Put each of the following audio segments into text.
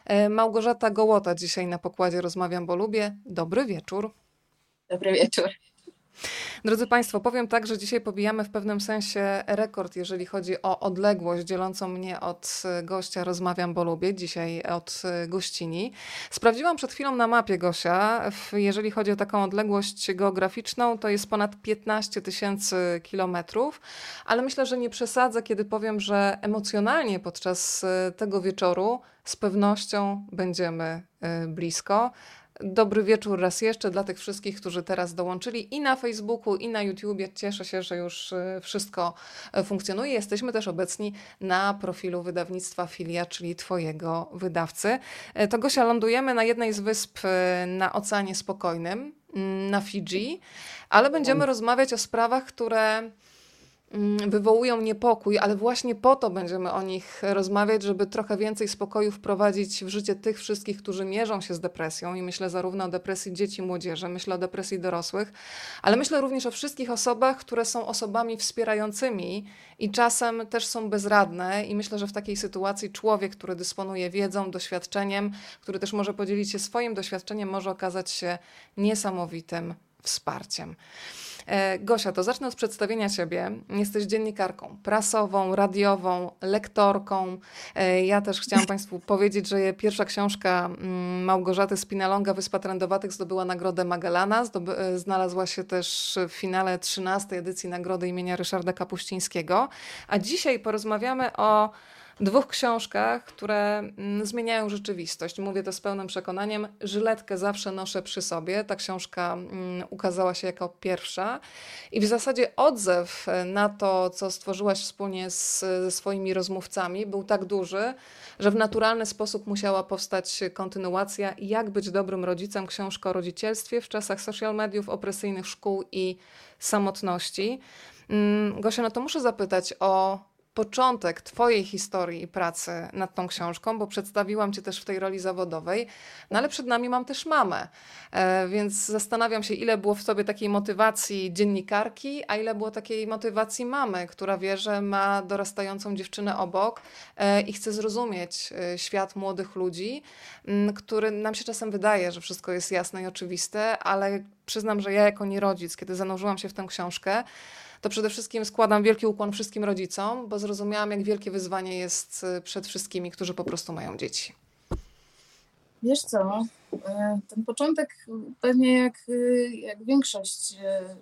Małgorzata Gołota dzisiaj na pokładzie Rozmawiam, bo lubię. Dobry wieczór. Dobry wieczór. Drodzy Państwo, powiem tak, że dzisiaj pobijamy w pewnym sensie rekord, jeżeli chodzi o odległość dzielącą mnie od gościa Rozmawiam, bo lubię, dzisiaj od gościni. Sprawdziłam przed chwilą na mapie, Gosia, jeżeli chodzi o taką odległość geograficzną, to jest ponad 15 000 kilometrów, ale myślę, że nie przesadzę, kiedy powiem, że emocjonalnie podczas tego wieczoru z pewnością będziemy blisko. Dobry wieczór raz jeszcze dla tych wszystkich, którzy teraz dołączyli i na Facebooku, i na YouTubie. Cieszę się, że już wszystko funkcjonuje. Jesteśmy też obecni na profilu wydawnictwa Filia, czyli Twojego wydawcy. To Gosia, lądujemy na jednej z wysp na Oceanie Spokojnym, na Fidżi, ale będziemy rozmawiać o sprawach, które wywołują niepokój, ale właśnie po to będziemy o nich rozmawiać, żeby trochę więcej spokoju wprowadzić w życie tych wszystkich, którzy mierzą się z depresją i myślę zarówno o depresji dzieci i młodzieży, myślę o depresji dorosłych, ale myślę również o wszystkich osobach, które są osobami wspierającymi i czasem też są bezradne i myślę, że w takiej sytuacji człowiek, który dysponuje wiedzą, doświadczeniem, który też może podzielić się swoim doświadczeniem, może okazać się niesamowitym wsparciem. Gosia, to zacznę od przedstawienia Ciebie. Jesteś dziennikarką prasową, radiową, lektorką. Ja też chciałam Państwu powiedzieć, że pierwsza książka Małgorzaty Spinalonga Wyspa Trędowatych zdobyła Nagrodę Magellana. Znalazła się też w finale 13. edycji Nagrody imienia Ryszarda Kapuścińskiego. A dzisiaj porozmawiamy o dwóch książkach, które zmieniają rzeczywistość. Mówię to z pełnym przekonaniem. Żyletkę zawsze noszę przy sobie. Ta książka ukazała się jako pierwsza i w zasadzie odzew na to, co stworzyłaś wspólnie ze swoimi rozmówcami, był tak duży, że w naturalny sposób musiała powstać kontynuacja Jak być dobrym rodzicem, książka o rodzicielstwie w czasach social mediów, opresyjnych szkół i samotności. Gosia, no to muszę zapytać o początek Twojej historii i pracy nad tą książką, bo przedstawiłam Cię też w tej roli zawodowej, no ale przed nami mam też mamę, więc zastanawiam się, ile było w Tobie takiej motywacji dziennikarki, a ile było takiej motywacji mamy, która wie, że ma dorastającą dziewczynę obok i chce zrozumieć świat młodych ludzi, który nam się czasem wydaje, że wszystko jest jasne i oczywiste, ale przyznam, że ja jako nierodzic, kiedy zanurzyłam się w tę książkę, to przede wszystkim składam wielki ukłon wszystkim rodzicom, bo zrozumiałam, jak wielkie wyzwanie jest przed wszystkimi, którzy po prostu mają dzieci. Wiesz co, ten początek pewnie jak większość,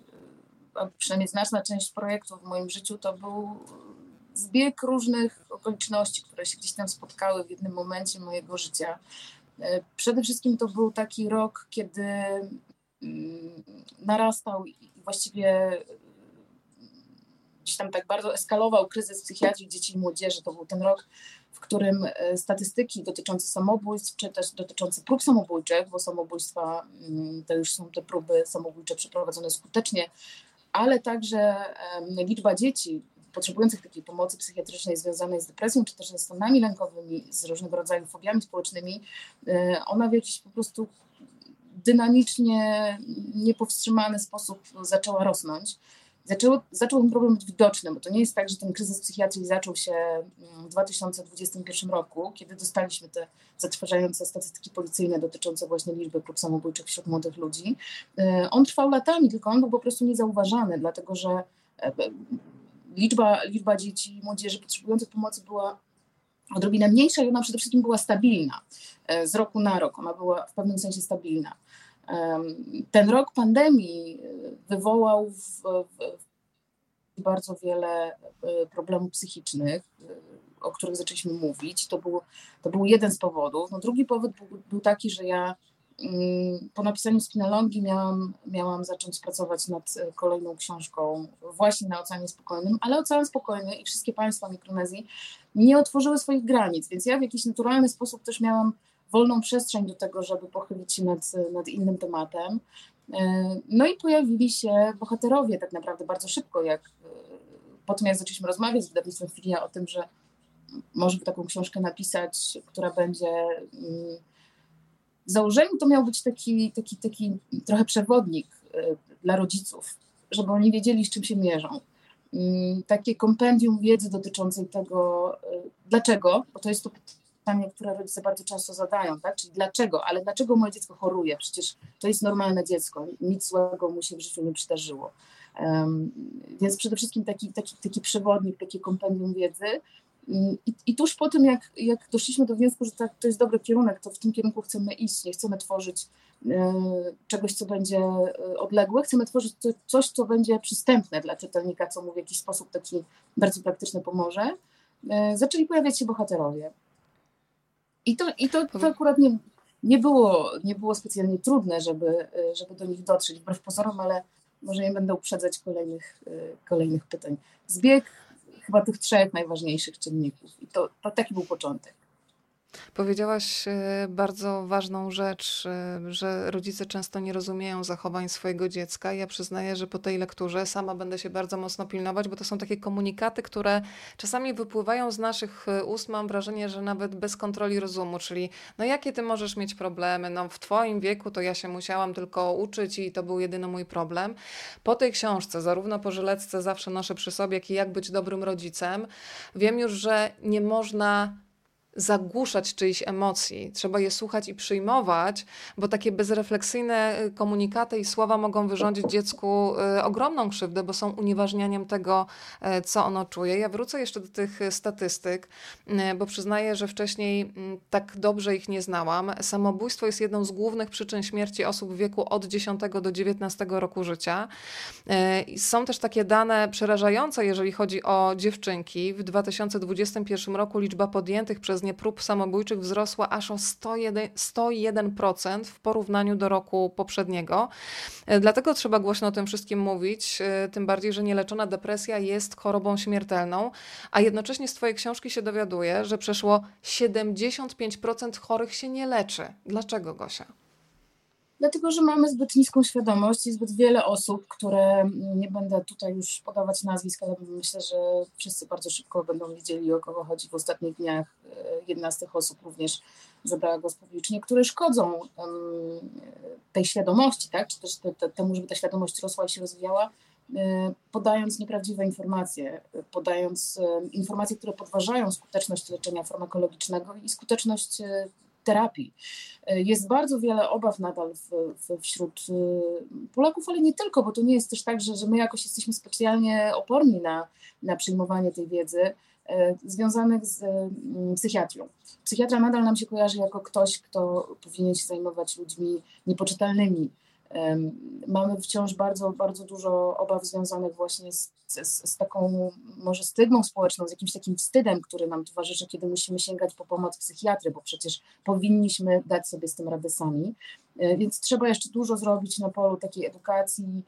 a przynajmniej znaczna część projektów w moim życiu, to był zbieg różnych okoliczności, które się gdzieś tam spotkały w jednym momencie mojego życia. Przede wszystkim to był taki rok, kiedy narastał i właściwie gdzieś tam tak bardzo eskalował kryzys psychiatrii dzieci i młodzieży. To był ten rok, w którym statystyki dotyczące samobójstw, czy też dotyczące prób samobójczych, bo samobójstwa to już są te próby samobójcze przeprowadzone skutecznie, ale także liczba dzieci potrzebujących takiej pomocy psychiatrycznej związanej z depresją, czy też ze stanami lękowymi, z różnego rodzaju fobiami społecznymi, ona w jakiś po prostu dynamicznie, niepowstrzymany sposób zaczęła rosnąć. Zaczął ten problem być widoczny, bo to nie jest tak, że ten kryzys psychiatrii zaczął się w 2021 roku, kiedy dostaliśmy te zatrważające statystyki policyjne dotyczące właśnie liczby prób samobójczych wśród młodych ludzi. On trwał latami, tylko on był po prostu niezauważany, dlatego że liczba dzieci i młodzieży potrzebujących pomocy była odrobinę mniejsza i ona przede wszystkim była stabilna. Z roku na rok ona była w pewnym sensie stabilna. Ten rok pandemii wywołał bardzo wiele problemów psychicznych, o których zaczęliśmy mówić. To był jeden z powodów. No, drugi powód był taki, że ja po napisaniu Spinalongi miałam zacząć pracować nad kolejną książką właśnie na Oceanie Spokojnym, ale Ocean Spokojny i wszystkie państwa Mikronezji nie otworzyły swoich granic, więc ja w jakiś naturalny sposób też miałam wolną przestrzeń do tego, żeby pochylić się nad innym tematem. No i pojawili się bohaterowie tak naprawdę bardzo szybko, po tym jak zaczęliśmy rozmawiać z wydawnictwem Filia o tym, że może by taką książkę napisać, która będzie... W założeniu to miał być taki trochę przewodnik dla rodziców, żeby oni wiedzieli, z czym się mierzą. Takie kompendium wiedzy dotyczącej tego, dlaczego, bo to jest to które rodzice bardzo często zadają, tak? Czyli dlaczego? Ale dlaczego moje dziecko choruje? Przecież to jest normalne dziecko, nic złego mu się w życiu nie przydarzyło. Więc przede wszystkim taki przewodnik, takie kompendium wiedzy. I tuż po tym, jak doszliśmy do wniosku, że to jest dobry kierunek, to w tym kierunku chcemy iść, nie chcemy tworzyć czegoś, co będzie odległe, chcemy tworzyć coś, co będzie przystępne dla czytelnika, co mu w jakiś sposób taki bardzo praktyczny pomoże. Zaczęli pojawiać się bohaterowie. I to akurat nie było specjalnie trudne, żeby do nich dotrzeć, wbrew pozorom, ale może nie będę uprzedzać kolejnych pytań. Zbieg chyba tych 3 najważniejszych czynników i to taki był początek. Powiedziałaś bardzo ważną rzecz, że rodzice często nie rozumieją zachowań swojego dziecka. Ja przyznaję, że po tej lekturze sama będę się bardzo mocno pilnować, bo to są takie komunikaty, które czasami wypływają z naszych ust, mam wrażenie, że nawet bez kontroli rozumu, czyli no jakie ty możesz mieć problemy, no w twoim wieku to ja się musiałam tylko uczyć i to był jedyny mój problem. Po tej książce, zarówno po Żylecce zawsze noszę przy sobie, jak i jak być dobrym rodzicem, wiem już, że nie można zagłuszać czyichś emocji. Trzeba je słuchać i przyjmować, bo takie bezrefleksyjne komunikaty i słowa mogą wyrządzić dziecku ogromną krzywdę, bo są unieważnianiem tego, co ono czuje. Ja wrócę jeszcze do tych statystyk, bo przyznaję, że wcześniej tak dobrze ich nie znałam. Samobójstwo jest jedną z głównych przyczyn śmierci osób w wieku od 10 do 19 roku życia. Są też takie dane przerażające, jeżeli chodzi o dziewczynki. W 2021 roku liczba podjętych przez nie prób samobójczych wzrosła aż o 101% w porównaniu do roku poprzedniego. Dlatego trzeba głośno o tym wszystkim mówić, tym bardziej, że nieleczona depresja jest chorobą śmiertelną, a jednocześnie z twojej książki się dowiaduję, że przeszło 75% chorych się nie leczy. Dlaczego, Gosia? Dlatego, że mamy zbyt niską świadomość i zbyt wiele osób, które nie będę tutaj już podawać nazwisk, ale myślę, że wszyscy bardzo szybko będą wiedzieli, o kogo chodzi. W ostatnich dniach jedna z tych osób również zabrała głos publicznie, które szkodzą tej świadomości, tak? Czy też temu, żeby ta świadomość rosła i się rozwijała, podając nieprawdziwe informacje, podając informacje, które podważają skuteczność leczenia farmakologicznego i skuteczność terapii. Jest bardzo wiele obaw nadal wśród Polaków, ale nie tylko, bo to nie jest też tak, że my jakoś jesteśmy specjalnie oporni na przyjmowanie tej wiedzy związanych z psychiatrią. Psychiatra nadal nam się kojarzy jako ktoś, kto powinien się zajmować ludźmi niepoczytalnymi. Mamy wciąż bardzo, bardzo dużo obaw związanych właśnie z taką może stygmą społeczną, z jakimś takim wstydem, który nam towarzyszy, kiedy musimy sięgać po pomoc psychiatry, bo przecież powinniśmy dać sobie z tym radę sami. Więc trzeba jeszcze dużo zrobić na polu takiej edukacji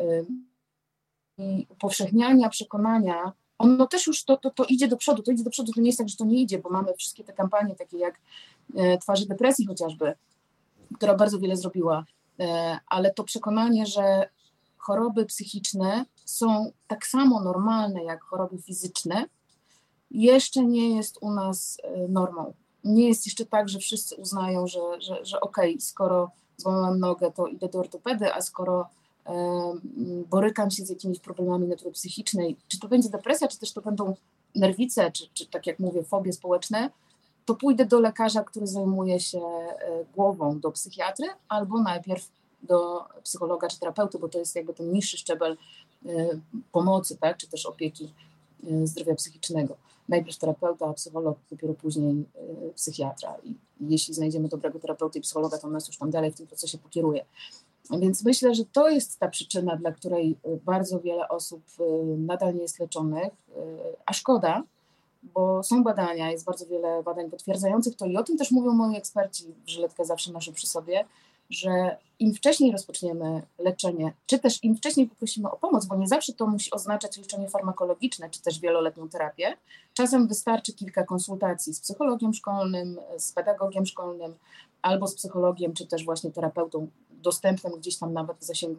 i upowszechniania, przekonania. Ono też już to idzie do przodu, to nie jest tak, że to nie idzie, bo mamy wszystkie te kampanie takie jak Twarzy depresji chociażby, która bardzo wiele zrobiła, ale to przekonanie, że choroby psychiczne są tak samo normalne jak choroby fizyczne, jeszcze nie jest u nas normą. Nie jest jeszcze tak, że wszyscy uznają, że okej, skoro złamałem nogę, to idę do ortopedy, a skoro borykam się z jakimiś problemami natury psychicznej, czy to będzie depresja, czy też to będą nerwice, czy tak jak mówię, fobie społeczne, to pójdę do lekarza, który zajmuje się głową, do psychiatry, albo najpierw do psychologa czy terapeuty, bo to jest jakby ten niższy szczebel pomocy, tak, czy też opieki zdrowia psychicznego. Najpierw terapeuta, psycholog, dopiero później psychiatra. I jeśli znajdziemy dobrego terapeuty i psychologa, to nas już tam dalej w tym procesie pokieruje. Więc myślę, że to jest ta przyczyna, dla której bardzo wiele osób nadal nie jest leczonych, a szkoda, bo są badania, jest bardzo wiele badań potwierdzających to i o tym też mówią moi eksperci, Żyletkę zawsze noszę przy sobie, że im wcześniej rozpoczniemy leczenie, czy też im wcześniej poprosimy o pomoc, bo nie zawsze to musi oznaczać leczenie farmakologiczne, czy też wieloletnią terapię. Czasem wystarczy kilka konsultacji z psychologiem szkolnym, z pedagogiem szkolnym, albo z psychologiem, czy też właśnie terapeutą dostępnym gdzieś tam nawet w zasięgu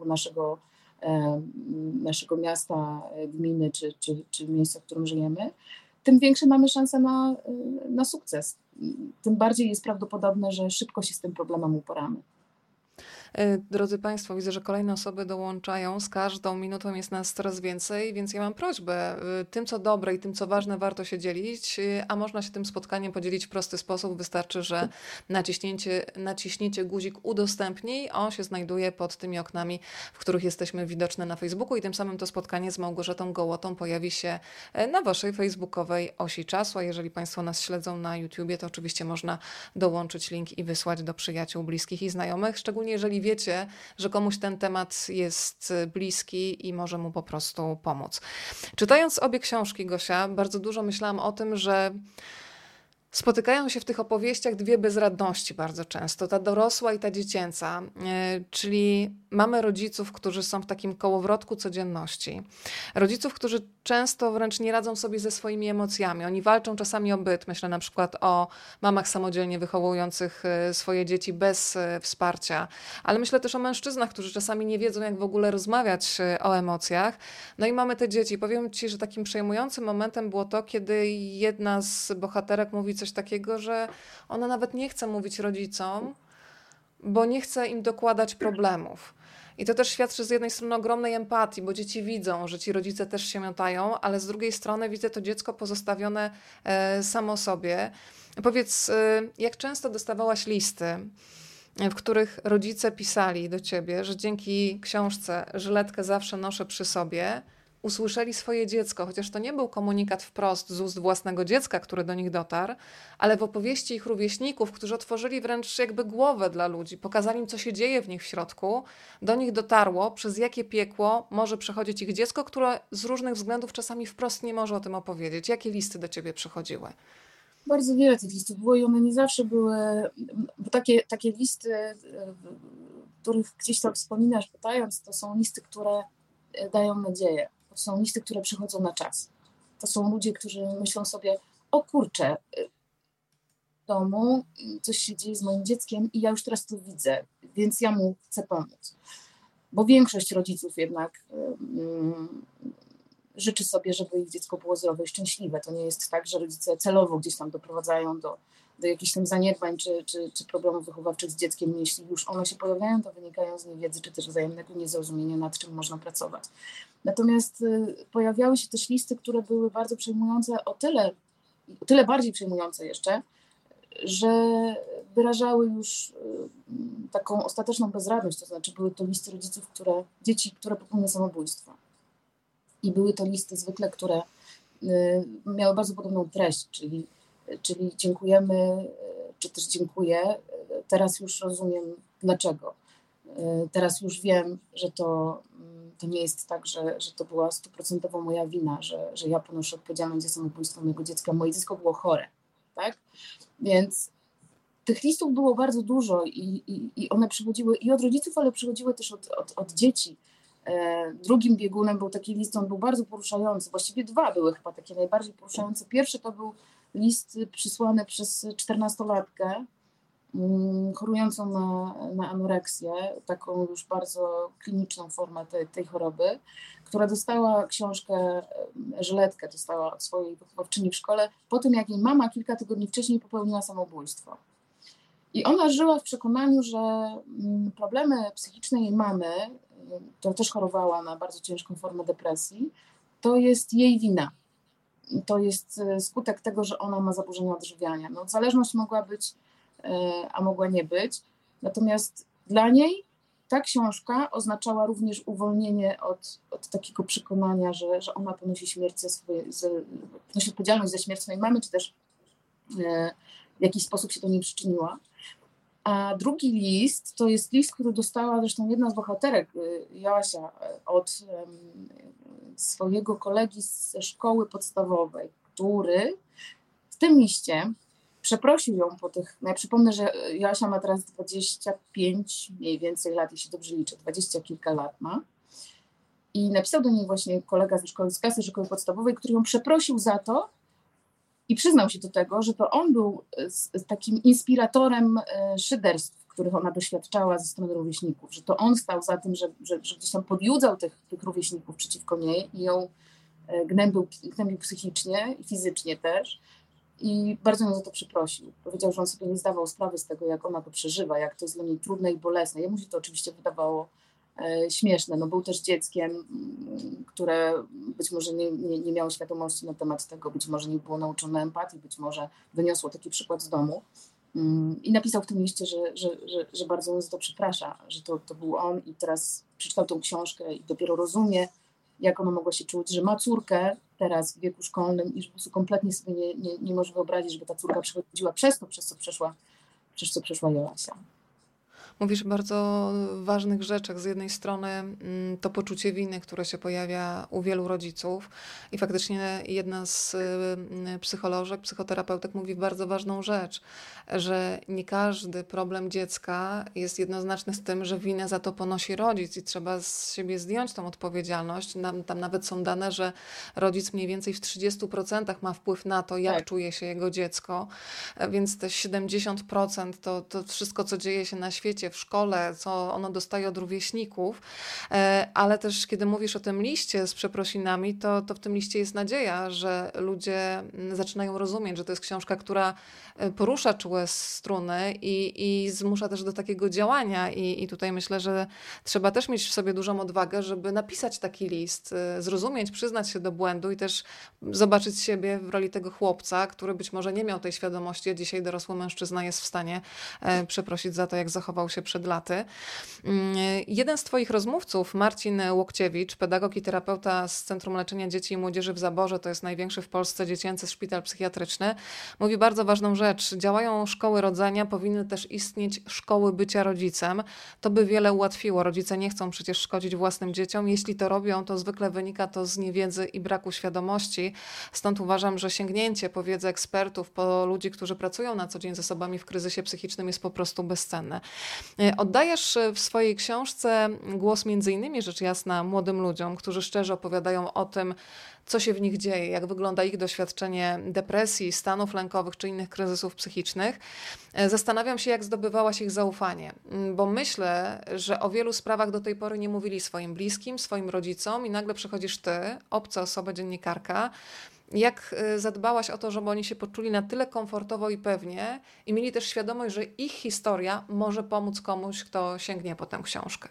naszego miasta, gminy, czy miejsca, w którym żyjemy. Tym większe mamy szanse na sukces. Tym bardziej jest prawdopodobne, że szybko się z tym problemem uporamy. Drodzy Państwo, widzę, że kolejne osoby dołączają. Z każdą minutą jest nas coraz więcej, więc ja mam prośbę. Tym, co dobre i tym, co ważne, warto się dzielić, a można się tym spotkaniem podzielić w prosty sposób. Wystarczy, że naciśniecie guzik udostępnij, a on się znajduje pod tymi oknami, w których jesteśmy widoczne na Facebooku i tym samym to spotkanie z Małgorzatą Gołotą pojawi się na Waszej facebookowej osi czasu, a jeżeli Państwo nas śledzą na YouTubie, to oczywiście można dołączyć link i wysłać do przyjaciół, bliskich i znajomych, szczególnie jeżeli wiecie, że komuś ten temat jest bliski i może mu po prostu pomóc. Czytając obie książki, Gosia, bardzo dużo myślałam o tym, że spotykają się w tych opowieściach dwie bezradności bardzo często, ta dorosła i ta dziecięca, czyli mamy rodziców, którzy są w takim kołowrotku codzienności. Rodziców, którzy często wręcz nie radzą sobie ze swoimi emocjami. Oni walczą czasami o byt. Myślę na przykład o mamach samodzielnie wychowujących swoje dzieci bez wsparcia, ale myślę też o mężczyznach, którzy czasami nie wiedzą, jak w ogóle rozmawiać o emocjach. No i mamy te dzieci. Powiem Ci, że takim przejmującym momentem było to, kiedy jedna z bohaterek mówi coś takiego, że ona nawet nie chce mówić rodzicom, bo nie chce im dokładać problemów. I to też świadczy z jednej strony ogromnej empatii, bo dzieci widzą, że ci rodzice też się miotają, ale z drugiej strony widzę to dziecko pozostawione samo sobie. Powiedz, jak często dostawałaś listy, w których rodzice pisali do ciebie, że dzięki książce Żyletkę zawsze noszę przy sobie, usłyszeli swoje dziecko, chociaż to nie był komunikat wprost z ust własnego dziecka, który do nich dotarł, ale w opowieści ich rówieśników, którzy otworzyli wręcz jakby głowę dla ludzi, pokazali im, co się dzieje w nich w środku, do nich dotarło, przez jakie piekło może przechodzić ich dziecko, które z różnych względów czasami wprost nie może o tym opowiedzieć. Jakie listy do ciebie przychodziły? Bardzo wiele tych listów było i one nie zawsze były, bo takie listy, których gdzieś tam wspominasz pytając, to są listy, które dają nadzieję. To są listy, które przychodzą na czas. To są ludzie, którzy myślą sobie, o kurczę, w domu coś się dzieje z moim dzieckiem i ja już teraz to widzę, więc ja mu chcę pomóc. Bo większość rodziców jednak życzy sobie, żeby ich dziecko było zdrowe i szczęśliwe. To nie jest tak, że rodzice celowo gdzieś tam doprowadzają do jakichś tam zaniedbań czy problemów wychowawczych z dzieckiem. Jeśli już one się pojawiają, to wynikają z niewiedzy czy też wzajemnego niezrozumienia, nad czym można pracować. Natomiast pojawiały się też listy, które były bardzo przejmujące, o tyle bardziej przejmujące jeszcze, że wyrażały już taką ostateczną bezradność, to znaczy były to listy rodziców, dzieci, które popełniły samobójstwo. I były to listy zwykle, które miały bardzo podobną treść, czyli dziękujemy, czy też dziękuję, teraz już rozumiem dlaczego. Teraz już wiem, że to nie jest tak, że to była 100% moja wina, że ja ponoszę odpowiedzialność za samobójstwo mojego dziecka. Moje dziecko było chore, tak? Więc tych listów było bardzo dużo i one przychodziły i od rodziców, ale przychodziły też od dzieci. Drugim biegunem był taki list, on był bardzo poruszający. Właściwie dwa były chyba takie najbardziej poruszające. Pierwszy to był list przysłany przez 14-latkę chorującą na anoreksję, taką już bardzo kliniczną formę tej choroby, która dostała książkę Żyletkę, dostała od swojej wychowawczyni w szkole, po tym jak jej mama kilka tygodni wcześniej popełniła samobójstwo. I ona żyła w przekonaniu, że problemy psychiczne jej mamy, która też chorowała na bardzo ciężką formę depresji, to jest jej wina. To jest skutek tego, że ona ma zaburzenia odżywiania. No, zależność mogła być, a mogła nie być. Natomiast dla niej ta książka oznaczała również uwolnienie od takiego przekonania, że ona ponosi ponosi odpowiedzialność za śmierć swojej mamy, czy też w jakiś sposób się do niej przyczyniła. A drugi list to jest list, który dostała zresztą jedna z bohaterek, Joasia, od swojego kolegi ze szkoły podstawowej, który w tym liście przeprosił ją po tych, no ja przypomnę, że Joasia ma teraz 25 mniej więcej lat, jeśli dobrze liczę, 20 kilka lat ma. I napisał do niej właśnie kolega ze szkoły, z klasy szkoły podstawowej, który ją przeprosił za to, i przyznał się do tego, że to on był takim inspiratorem szyderstw, których ona doświadczała ze strony rówieśników, że to on stał za tym, że gdzieś tam podjudzał tych rówieśników przeciwko niej i ją gnębił psychicznie i fizycznie też. i bardzo ją za to przeprosił. Powiedział, że on sobie nie zdawał sprawy z tego, jak ona to przeżywa, jak to jest dla niej trudne i bolesne. Jemu się to oczywiście wydawało śmieszne. No, był też dzieckiem, które być może nie miało świadomości na temat tego, być może nie było nauczone empatii, być może wyniosło taki przykład z domu. I napisał w tym liście, że bardzo on za to przeprasza, że to był on i teraz przeczytał tą książkę i dopiero rozumie, jak ona mogła się czuć, że ma córkę teraz w wieku szkolnym i że po prostu kompletnie sobie nie może wyobrazić, żeby ta córka przechodziła przez to, przez co przeszła Joasia. Mówisz o bardzo ważnych rzeczach. Z jednej strony to poczucie winy, które się pojawia u wielu rodziców i faktycznie jedna z psycholożek, psychoterapeutek mówi bardzo ważną rzecz, że nie każdy problem dziecka jest jednoznaczny z tym, że winę za to ponosi rodzic i trzeba z siebie zdjąć tą odpowiedzialność. Tam nawet są dane, że rodzic mniej więcej w 30% ma wpływ na to, jak czuje się jego dziecko, więc te 70% to wszystko, co dzieje się na świecie, w szkole, co ono dostaje od rówieśników, ale też kiedy mówisz o tym liście z przeprosinami, to w tym liście jest nadzieja, że ludzie zaczynają rozumieć, że to jest książka, która porusza czułe struny i zmusza też do takiego działania i tutaj myślę, że trzeba też mieć w sobie dużą odwagę, żeby napisać taki list, zrozumieć, przyznać się do błędu i też zobaczyć siebie w roli tego chłopca, który być może nie miał tej świadomości, a dzisiaj dorosły mężczyzna jest w stanie przeprosić za to, jak zachował się przed laty. Jeden z twoich rozmówców, Marcin Łokciewicz, pedagog i terapeuta z Centrum Leczenia Dzieci i Młodzieży w Zaborze, to jest największy w Polsce dziecięcy szpital psychiatryczny, mówi bardzo ważną rzecz. Działają szkoły rodzenia, powinny też istnieć szkoły bycia rodzicem. To by wiele ułatwiło. Rodzice nie chcą przecież szkodzić własnym dzieciom. Jeśli to robią, to zwykle wynika to z niewiedzy i braku świadomości. Stąd uważam, że sięgnięcie po wiedzę ekspertów, po ludzi, którzy pracują na co dzień z osobami w kryzysie psychicznym jest po prostu bezcenne. Oddajesz w swojej książce głos między innymi, rzecz jasna, młodym ludziom, którzy szczerze opowiadają o tym, co się w nich dzieje, jak wygląda ich doświadczenie depresji, stanów lękowych czy innych kryzysów psychicznych. Zastanawiam się, jak zdobywałaś ich zaufanie, bo myślę, że o wielu sprawach do tej pory nie mówili swoim bliskim, swoim rodzicom i nagle przychodzisz ty, obca osoba, dziennikarka. Jak zadbałaś o to, żeby oni się poczuli na tyle komfortowo i pewnie i mieli też świadomość, że ich historia może pomóc komuś, kto sięgnie po tę książkę?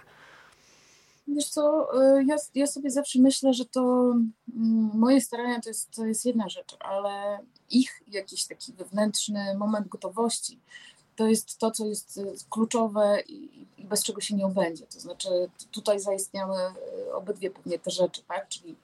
Wiesz co, ja sobie zawsze myślę, że to moje starania to jest jedna rzecz, ale ich jakiś taki wewnętrzny moment gotowości to jest to, co jest kluczowe i bez czego się nie obędzie. To znaczy tutaj zaistniały obydwie pewnie te rzeczy, tak? Czyli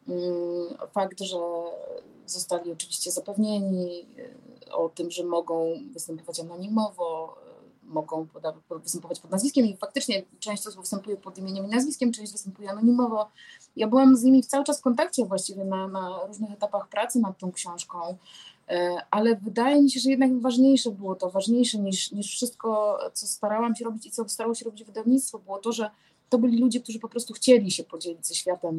fakt, że zostali oczywiście zapewnieni o tym, że mogą występować anonimowo, mogą występować pod nazwiskiem i faktycznie część osób występuje pod imieniem i nazwiskiem, część występuje anonimowo. Ja byłam z nimi cały czas w kontakcie właściwie na różnych etapach pracy nad tą książką, ale wydaje mi się, że jednak ważniejsze było to, ważniejsze niż wszystko, co starałam się robić i co starało się robić wydawnictwo, było to, że to byli ludzie, którzy po prostu chcieli się podzielić ze światem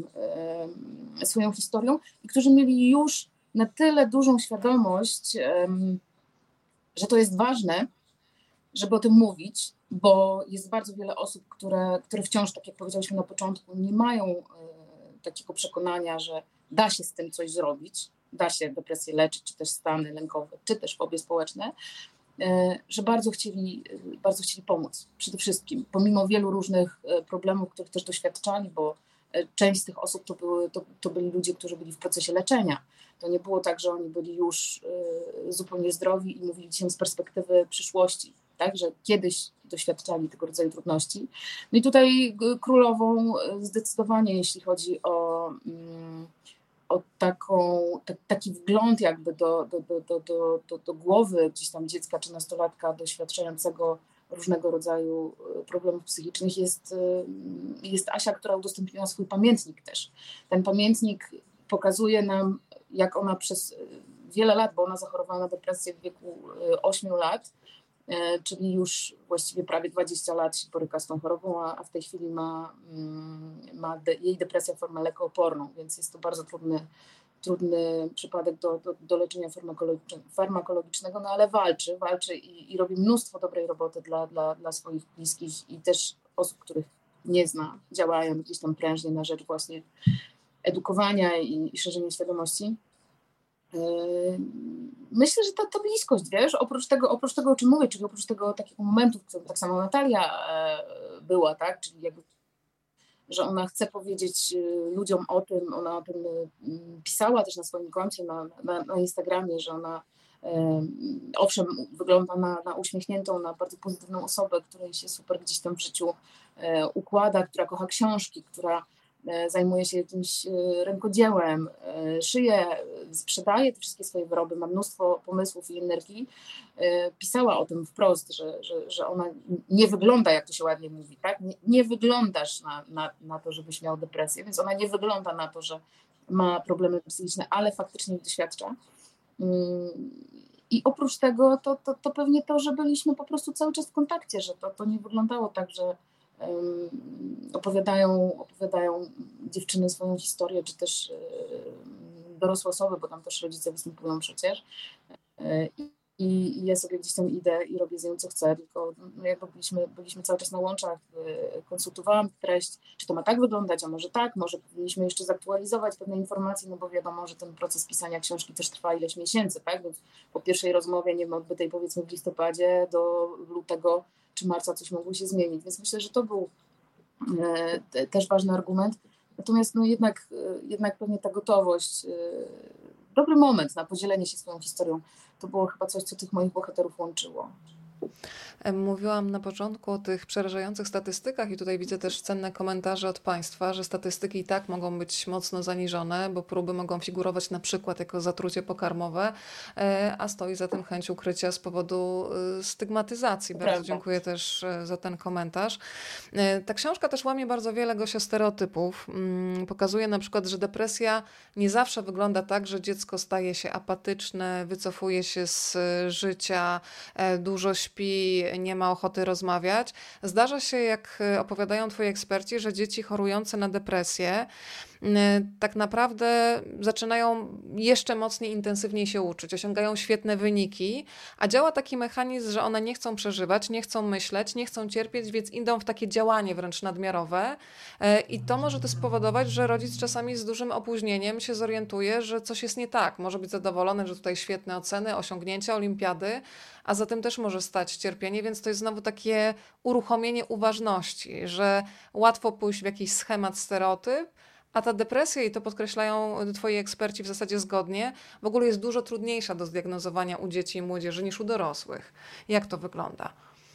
swoją historią i którzy mieli już na tyle dużą świadomość, że to jest ważne, żeby o tym mówić, bo jest bardzo wiele osób, które wciąż, tak jak powiedziałyśmy na początku, nie mają takiego przekonania, że da się z tym coś zrobić, da się depresję leczyć, czy też stany lękowe, czy też fobie społeczne, że bardzo chcieli pomóc przede wszystkim, pomimo wielu różnych problemów, których też doświadczali, bo część z tych osób to byli ludzie, którzy byli w procesie leczenia. To nie było tak, że oni byli już zupełnie zdrowi i mówili dzisiaj z perspektywy przyszłości, tak, że kiedyś doświadczali tego rodzaju trudności. No i tutaj królową zdecydowanie, jeśli chodzi o taki wgląd jakby do głowy gdzieś tam dziecka czy nastolatka doświadczającego różnego rodzaju problemów psychicznych jest Asia, która udostępniła swój pamiętnik też. Ten pamiętnik pokazuje nam, jak ona przez wiele lat, bo ona zachorowała na depresję w wieku 8 lat, czyli już właściwie prawie 20 lat się boryka z tą chorobą, a w tej chwili ma jej depresja formę lekooporną, więc jest to bardzo trudny przypadek do leczenia farmakologicznego, no ale walczy i robi mnóstwo dobrej roboty dla swoich bliskich i też osób, których nie zna, działają gdzieś tam prężnie na rzecz właśnie edukowania i szerzenia świadomości. Myślę, że ta bliskość, wiesz, oprócz tego, o czym mówię, czyli oprócz tego takiego momentu, w którym tak samo Natalia była, tak, czyli jakby, że ona chce powiedzieć ludziom o tym, ona o tym pisała też na swoim koncie, na Instagramie, że ona owszem, wygląda na uśmiechniętą, na bardzo pozytywną osobę, której się super gdzieś tam w życiu układa, która kocha książki, która zajmuje się jakimś rękodziełem, szyje, sprzedaje te wszystkie swoje wyroby, ma mnóstwo pomysłów i energii. Pisała o tym wprost, że ona nie wygląda, jak to się ładnie mówi, tak? Nie wyglądasz na to, żebyś miał depresję, więc ona nie wygląda na to, że ma problemy psychiczne, ale faktycznie ich doświadcza. I oprócz tego to pewnie to, że byliśmy po prostu cały czas w kontakcie, że to nie wyglądało tak, że opowiadają dziewczyny swoją historię, czy też dorosłe osoby, bo tam też rodzice występują przecież. I ja sobie gdzieś tam idę i robię z nią co chcę, tylko jakby byliśmy cały czas na łączach, konsultowałam treść, czy to ma tak wyglądać, a może tak, może powinniśmy jeszcze zaktualizować pewne informacje, no bo wiadomo, że ten proces pisania książki też trwa ileś miesięcy, tak, więc po pierwszej rozmowie, nie wiem, odbytej powiedzmy w listopadzie do lutego czy marca coś mogło się zmienić, więc myślę, że to był też ważny argument, natomiast no jednak pewnie ta gotowość, dobry moment na podzielenie się swoją historią, to było chyba coś, co tych moich bohaterów łączyło. Mówiłam na początku o tych przerażających statystykach i tutaj widzę też cenne komentarze od Państwa, że statystyki i tak mogą być mocno zaniżone, bo próby mogą figurować na przykład jako zatrucie pokarmowe, a stoi za tym chęć ukrycia z powodu stygmatyzacji. Bardzo dziękuję też za ten komentarz. Ta książka też łamie bardzo wiele, Gosia, stereotypów. Pokazuje na przykład, że depresja nie zawsze wygląda tak, że dziecko staje się apatyczne, wycofuje się z życia, dużo śpi, nie ma ochoty rozmawiać. Zdarza się, jak opowiadają twoi eksperci, że dzieci chorujące na depresję tak naprawdę zaczynają jeszcze mocniej, intensywniej się uczyć, osiągają świetne wyniki, a działa taki mechanizm, że one nie chcą przeżywać, nie chcą myśleć, nie chcą cierpieć, więc idą w takie działanie wręcz nadmiarowe i to może też spowodować, że rodzic czasami z dużym opóźnieniem się zorientuje, że coś jest nie tak. Może być zadowolony, że tutaj świetne oceny, osiągnięcia, olimpiady, a za tym też może stać cierpienie, więc to jest znowu takie uruchomienie uważności, że łatwo pójść w jakiś schemat, stereotyp, a ta depresja, i to podkreślają twoi eksperci w zasadzie zgodnie, w ogóle jest dużo trudniejsza do zdiagnozowania u dzieci i młodzieży niż u dorosłych. Jak to wygląda?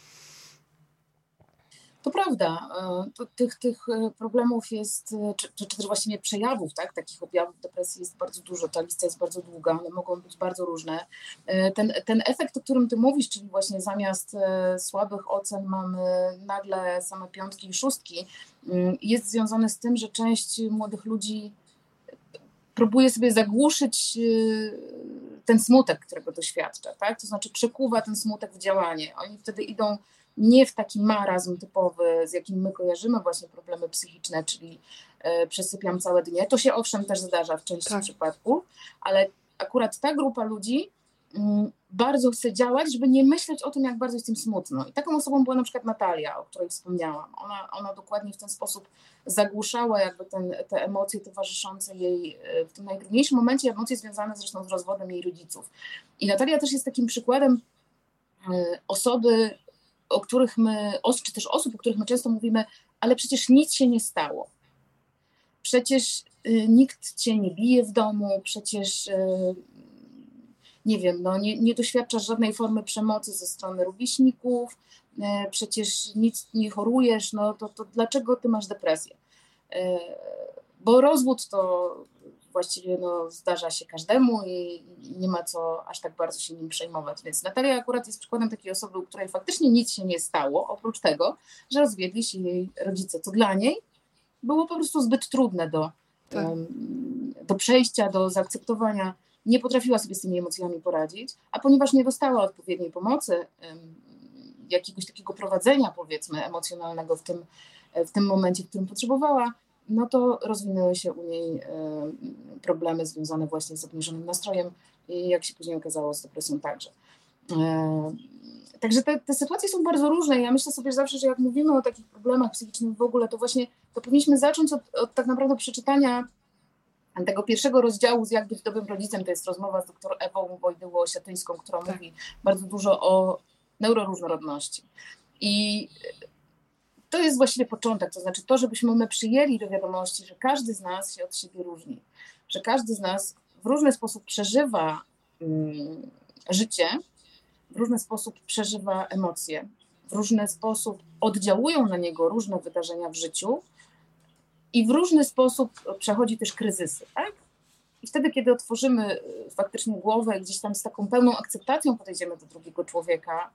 To prawda, tych problemów jest, czy też właściwie przejawów, tak? Takich objawów depresji jest bardzo dużo, ta lista jest bardzo długa, one mogą być bardzo różne. Ten efekt, o którym ty mówisz, czyli właśnie zamiast słabych ocen mamy nagle same piątki i szóstki, jest związany z tym, że część młodych ludzi próbuje sobie zagłuszyć ten smutek, którego doświadcza, tak? To znaczy przekuwa ten smutek w działanie. Oni wtedy idą nie w taki marazm typowy, z jakim my kojarzymy właśnie problemy psychiczne, czyli przesypiam całe dnie. To się owszem też zdarza w części przypadków, ale akurat ta grupa ludzi bardzo chce działać, żeby nie myśleć o tym, jak bardzo jest im smutno. I taką osobą była na przykład Natalia, o której wspomniałam. Ona dokładnie w ten sposób zagłuszała jakby te emocje towarzyszące jej w tym najtrudniejszym momencie, emocje związane zresztą z rozwodem jej rodziców. I Natalia też jest takim przykładem osoby, czy też osób, o których my często mówimy, ale przecież nic się nie stało. Przecież nikt cię nie bije w domu, przecież nie wiem, no nie doświadczasz żadnej formy przemocy ze strony rówieśników, przecież nic nie chorujesz, no to dlaczego ty masz depresję? Bo rozwód to właściwie zdarza się każdemu i nie ma co aż tak bardzo się nim przejmować. Więc Natalia akurat jest przykładem takiej osoby, u której faktycznie nic się nie stało, oprócz tego, że rozwiedli się jej rodzice, co dla niej było po prostu zbyt trudne do przejścia, do zaakceptowania. Nie potrafiła sobie z tymi emocjami poradzić, a ponieważ nie dostała odpowiedniej pomocy, jakiegoś takiego prowadzenia, powiedzmy, emocjonalnego w tym momencie, w którym potrzebowała, no to rozwinęły się u niej problemy związane właśnie z obniżonym nastrojem i jak się później okazało, z depresją także. Także te sytuacje są bardzo różne. Ja myślę sobie zawsze, że jak mówimy o takich problemach psychicznych w ogóle, to właśnie to powinniśmy zacząć od tak naprawdę przeczytania tego pierwszego rozdziału z Jak być dobrym rodzicem, to jest rozmowa z dr Ewą Wojdyło-Osiatyńską, która mówi bardzo dużo o neuroróżnorodności. I to jest właściwie początek, to znaczy to, żebyśmy my przyjęli do wiadomości, że każdy z nas się od siebie różni, że każdy z nas w różny sposób przeżywa życie, w różny sposób przeżywa emocje, w różny sposób oddziałują na niego różne wydarzenia w życiu i w różny sposób przechodzi też kryzysy, tak? I wtedy, kiedy otworzymy faktycznie głowę, gdzieś tam z taką pełną akceptacją podejdziemy do drugiego człowieka,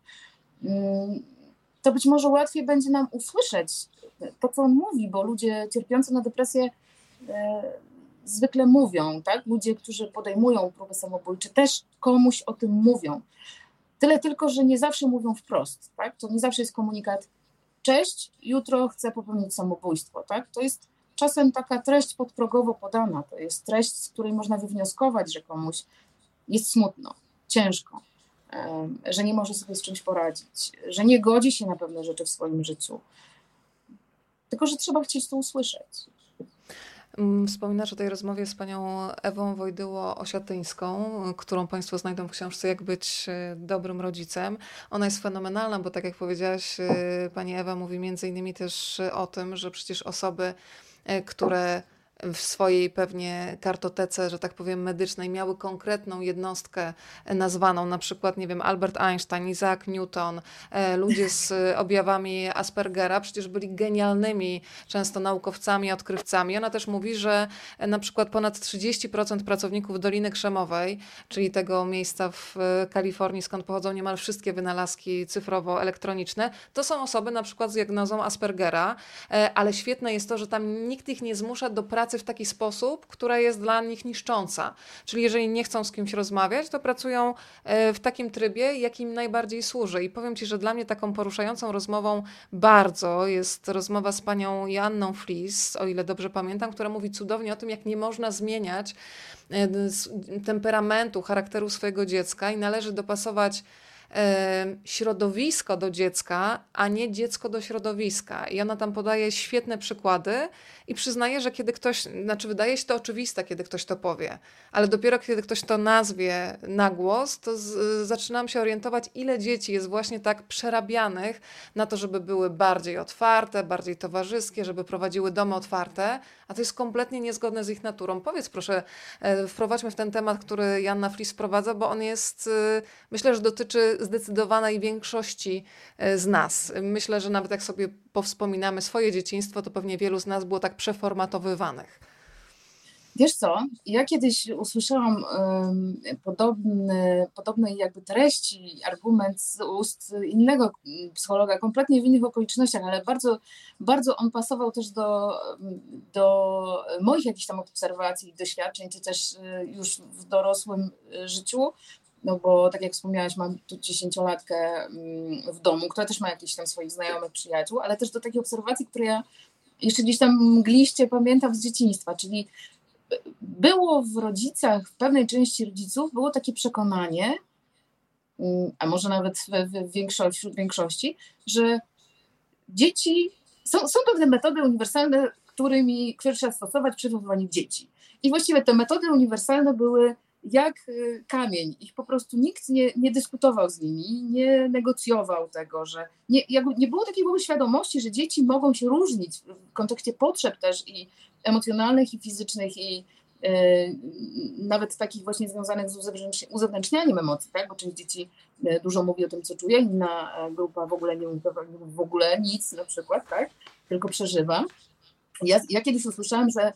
to być może łatwiej będzie nam usłyszeć to, co on mówi, bo ludzie cierpiący na depresję zwykle mówią, tak? Ludzie, którzy podejmują próby samobójcze, też komuś o tym mówią. Tyle tylko, że nie zawsze mówią wprost, tak? To nie zawsze jest komunikat: cześć, jutro chcę popełnić samobójstwo, tak? To jest czasem taka treść podprogowo podana, to jest treść, z której można wywnioskować, że komuś jest smutno, ciężko, że nie może sobie z czymś poradzić, że nie godzi się na pewne rzeczy w swoim życiu. Tylko że trzeba chcieć to usłyszeć. Wspominasz o tej rozmowie z panią Ewą Wojdyło-Osiatyńską, którą państwo znajdą w książce Jak być dobrym rodzicem. Ona jest fenomenalna, bo tak jak powiedziałaś, pani Ewa mówi między innymi też o tym, że przecież osoby, które w swojej pewnie kartotece, że tak powiem, medycznej miały konkretną jednostkę nazwaną, na przykład, nie wiem, Albert Einstein, Isaac Newton, ludzie z objawami Aspergera, przecież byli genialnymi często naukowcami, odkrywcami. Ona też mówi, że na przykład ponad 30% pracowników Doliny Krzemowej, czyli tego miejsca w Kalifornii, skąd pochodzą niemal wszystkie wynalazki cyfrowo-elektroniczne, to są osoby na przykład z diagnozą Aspergera, ale świetne jest to, że tam nikt ich nie zmusza do pracy w taki sposób, która jest dla nich niszcząca. Czyli jeżeli nie chcą z kimś rozmawiać, to pracują w takim trybie, jakim najbardziej służy. I powiem ci, że dla mnie taką poruszającą rozmową bardzo jest rozmowa z panią Joanną Flis, o ile dobrze pamiętam, która mówi cudownie o tym, jak nie można zmieniać temperamentu, charakteru swojego dziecka i należy dopasować środowisko do dziecka, a nie dziecko do środowiska. I ona tam podaje świetne przykłady i przyznaje, że kiedy ktoś, znaczy wydaje się to oczywiste, kiedy ktoś to powie, ale dopiero kiedy ktoś to nazwie na głos, to zaczynam się orientować, ile dzieci jest właśnie tak przerabianych na to, żeby były bardziej otwarte, bardziej towarzyskie, żeby prowadziły domy otwarte, a to jest kompletnie niezgodne z ich naturą. Powiedz proszę, wprowadźmy w ten temat, który Joanna Flis wprowadza, bo on jest, myślę, że dotyczy zdecydowanej większości z nas. Myślę, że nawet jak sobie powspominamy swoje dzieciństwo, to pewnie wielu z nas było tak przeformatowywanych. Wiesz co, ja kiedyś usłyszałam podobnej jakby treści, argument z ust innego psychologa, kompletnie w innych okolicznościach, ale bardzo, bardzo on pasował też do moich jakichś tam obserwacji, doświadczeń, czy też już w dorosłym życiu. No bo tak jak wspomniałaś, mam tu 10-latkę w domu, która też ma jakichś tam swoich znajomych, przyjaciół, ale też do takiej obserwacji, które ja jeszcze gdzieś tam mgliście pamiętam z dzieciństwa, czyli było w rodzicach, w pewnej części rodziców było takie przekonanie, a może nawet wśród większości, że dzieci, są pewne metody uniwersalne, które trzeba stosować przy wychowywaniu dzieci. I właściwie te metody uniwersalne były jak kamień. Ich po prostu nikt nie dyskutował z nimi, nie negocjował tego, że nie było takiej świadomości, że dzieci mogą się różnić w kontekście potrzeb też i emocjonalnych, i fizycznych, i nawet takich właśnie związanych z uzewnętrznianiem emocji, tak? Bo część dzieci dużo mówi o tym, co czuje, inna grupa w ogóle nie mówi w ogóle nic na przykład, tak? Tylko przeżywa. Ja kiedyś usłyszałam, że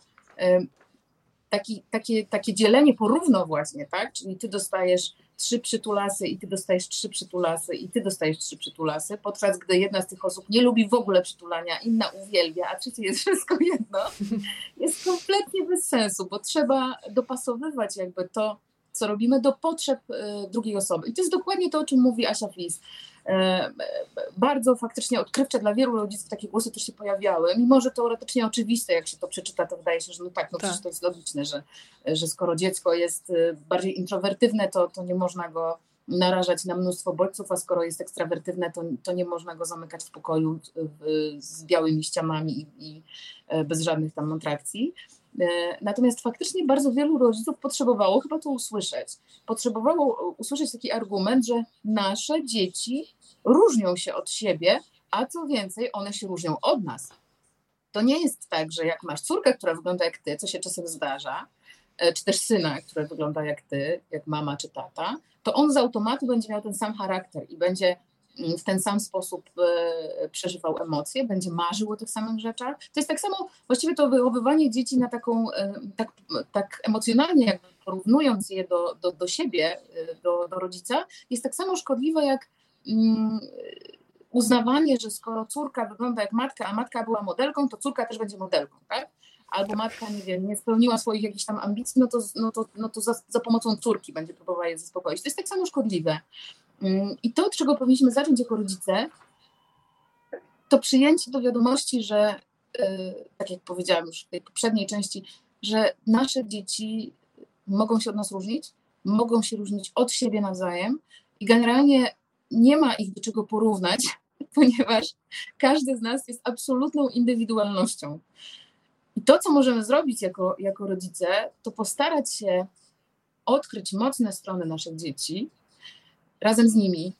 takie dzielenie porówno właśnie, tak? Czyli ty dostajesz 3 przytulasy i ty dostajesz 3 przytulasy i ty dostajesz 3 przytulasy, podczas gdy jedna z tych osób nie lubi w ogóle przytulania, inna uwielbia, a trzecia jest wszystko jedno, jest kompletnie bez sensu, bo trzeba dopasowywać jakby to, co robimy, do potrzeb drugiej osoby. I to jest dokładnie to, o czym mówi Asia Flis. Bardzo faktycznie odkrywcze dla wielu rodziców takie głosy też się pojawiały, mimo że teoretycznie oczywiste, jak się to przeczyta, to wydaje się, że no tak, no przecież to jest logiczne, że skoro dziecko jest bardziej introwertywne, to nie można go narażać na mnóstwo bodźców, a skoro jest ekstrawertywne, to nie można go zamykać w pokoju z białymi ścianami i bez żadnych tam atrakcji. Natomiast faktycznie bardzo wielu rodziców potrzebowało chyba to usłyszeć. Potrzebowało usłyszeć taki argument, że nasze dzieci różnią się od siebie, a co więcej, one się różnią od nas. To nie jest tak, że jak masz córkę, która wygląda jak ty, co się czasem zdarza, czy też syna, który wygląda jak ty, jak mama czy tata, to on z automatu będzie miał ten sam charakter i będzie w ten sam sposób przeżywał emocje, będzie marzył o tych samych rzeczach. To jest tak samo, właściwie to wychowywanie dzieci na taką, tak emocjonalnie, jakby porównując je do siebie, do rodzica, jest tak samo szkodliwe jak uznawanie, że skoro córka wygląda jak matka, a matka była modelką, to córka też będzie modelką, tak? Albo matka, nie wiem, nie spełniła swoich jakichś tam ambicji, no to za pomocą córki będzie próbowała je zaspokoić. To jest tak samo szkodliwe. I to, od czego powinniśmy zacząć jako rodzice, to przyjęcie do wiadomości, że tak jak powiedziałam już w tej poprzedniej części, że nasze dzieci mogą się od nas różnić, mogą się różnić od siebie nawzajem i generalnie nie ma ich do czego porównać, ponieważ każdy z nas jest absolutną indywidualnością. I to, co możemy zrobić jako rodzice, to postarać się odkryć mocne strony naszych dzieci razem z nimi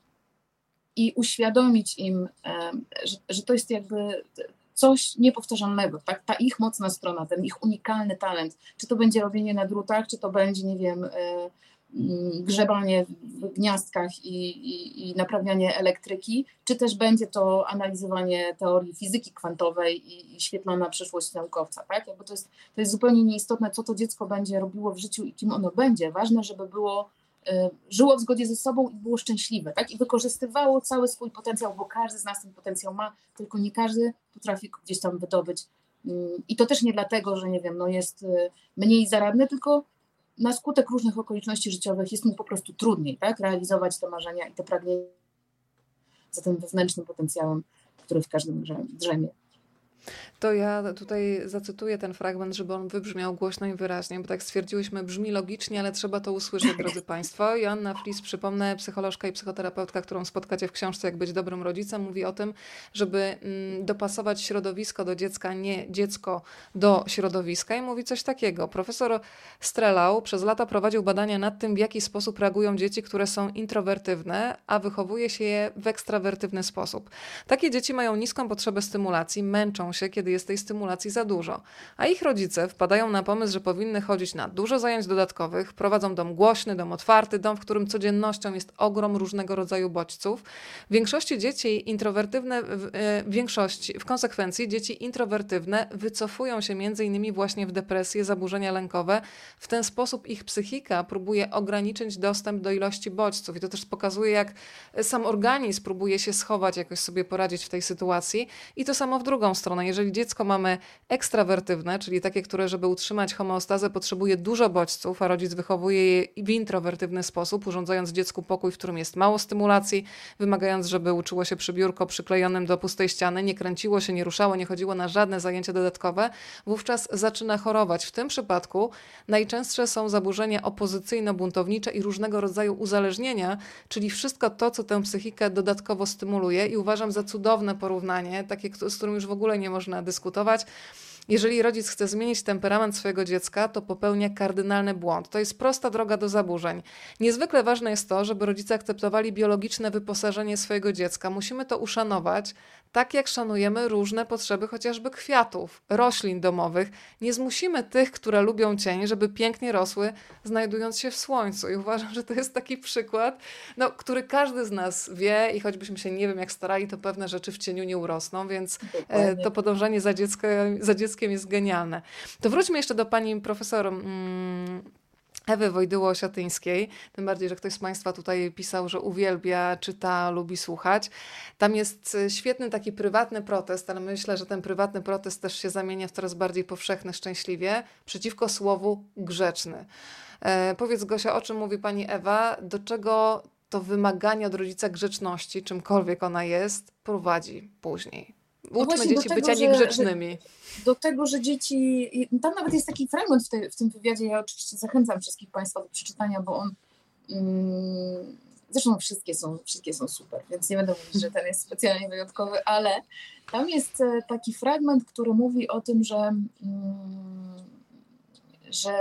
i uświadomić im, że to jest jakby coś niepowtarzalnego, tak? Ta ich mocna strona, ten ich unikalny talent, czy to będzie robienie na drutach, czy to będzie, nie wiem, grzebanie w gniazdkach i naprawianie elektryki, czy też będzie to analizowanie teorii fizyki kwantowej i świetlana przyszłość naukowca, tak? Jakby to jest zupełnie nieistotne, co to dziecko będzie robiło w życiu i kim ono będzie. Ważne, żeby żyło w zgodzie ze sobą i było szczęśliwe, tak? I wykorzystywało cały swój potencjał, bo każdy z nas ten potencjał ma, tylko nie każdy potrafi go gdzieś tam wydobyć. I to też nie dlatego, że nie wiem, no jest mniej zaradny, tylko na skutek różnych okoliczności życiowych jest mu po prostu trudniej, tak? Realizować te marzenia i te pragnienia za tym wewnętrznym potencjałem, który w każdym drzemie. To ja tutaj zacytuję ten fragment, żeby on wybrzmiał głośno i wyraźnie, bo tak stwierdziłyśmy, brzmi logicznie, ale trzeba to usłyszeć, drodzy Państwo. Joanna Flis, przypomnę, psycholożka i psychoterapeutka, którą spotkacie w książce Jak być dobrym rodzicem, mówi o tym, żeby dopasować środowisko do dziecka, nie dziecko do środowiska i mówi coś takiego. Profesor Strelau przez lata prowadził badania nad tym, w jaki sposób reagują dzieci, które są introwertywne, a wychowuje się je w ekstrawertywny sposób. Takie dzieci mają niską potrzebę stymulacji, męczą się, kiedy jest tej stymulacji za dużo. A ich rodzice wpadają na pomysł, że powinny chodzić na dużo zajęć dodatkowych, prowadzą dom głośny, dom otwarty, dom, w którym codziennością jest ogrom różnego rodzaju bodźców. W większości dzieci introwertywne, w konsekwencji dzieci introwertywne wycofują się m.in. właśnie w depresję, zaburzenia lękowe. W ten sposób ich psychika próbuje ograniczyć dostęp do ilości bodźców. I to też pokazuje, jak sam organizm próbuje się schować, jakoś sobie poradzić w tej sytuacji. I to samo w drugą stronę. Jeżeli dziecko mamy ekstrawertywne, czyli takie, które, żeby utrzymać homeostazę, potrzebuje dużo bodźców, a rodzic wychowuje je w introwertywny sposób, urządzając dziecku pokój, w którym jest mało stymulacji, wymagając, żeby uczyło się przy biurko przyklejonym do pustej ściany, nie kręciło się, nie ruszało, nie chodziło na żadne zajęcia dodatkowe, wówczas zaczyna chorować. W tym przypadku najczęstsze są zaburzenia opozycyjno-buntownicze i różnego rodzaju uzależnienia, czyli wszystko to, co tę psychikę dodatkowo stymuluje i uważam za cudowne porównanie, takie, z którym już w ogóle nie można dyskutować. Jeżeli rodzic chce zmienić temperament swojego dziecka, to popełnia kardynalny błąd. To jest prosta droga do zaburzeń. Niezwykle ważne jest to, żeby rodzice akceptowali biologiczne wyposażenie swojego dziecka. Musimy to uszanować, tak jak szanujemy różne potrzeby chociażby kwiatów, roślin domowych. Nie zmusimy tych, które lubią cień, żeby pięknie rosły, znajdując się w słońcu. I uważam, że to jest taki przykład, który każdy z nas wie i choćbyśmy się nie wiem jak starali, to pewne rzeczy w cieniu nie urosną, więc to podążanie za dzieckiem jest genialne. To wróćmy jeszcze do pani profesor Ewy Wojdyło-Osiatyńskiej, tym bardziej, że ktoś z Państwa tutaj pisał, że uwielbia, czyta, lubi słuchać. Tam jest świetny taki prywatny protest, ale myślę, że ten prywatny protest też się zamienia w coraz bardziej powszechny, szczęśliwie, przeciwko słowu grzeczny. Powiedz, Gosia, o czym mówi pani Ewa, do czego to wymaganie od rodzica grzeczności, czymkolwiek ona jest, prowadzi później? Uczmy dzieci bycia niegrzecznymi. Do tego, że dzieci... Tam nawet jest taki fragment w tym wywiadzie, ja oczywiście zachęcam wszystkich Państwa do przeczytania, bo on... Zresztą wszystkie są super, więc nie będę mówić, że ten jest specjalnie wyjątkowy, ale tam jest taki fragment, który mówi o tym, że że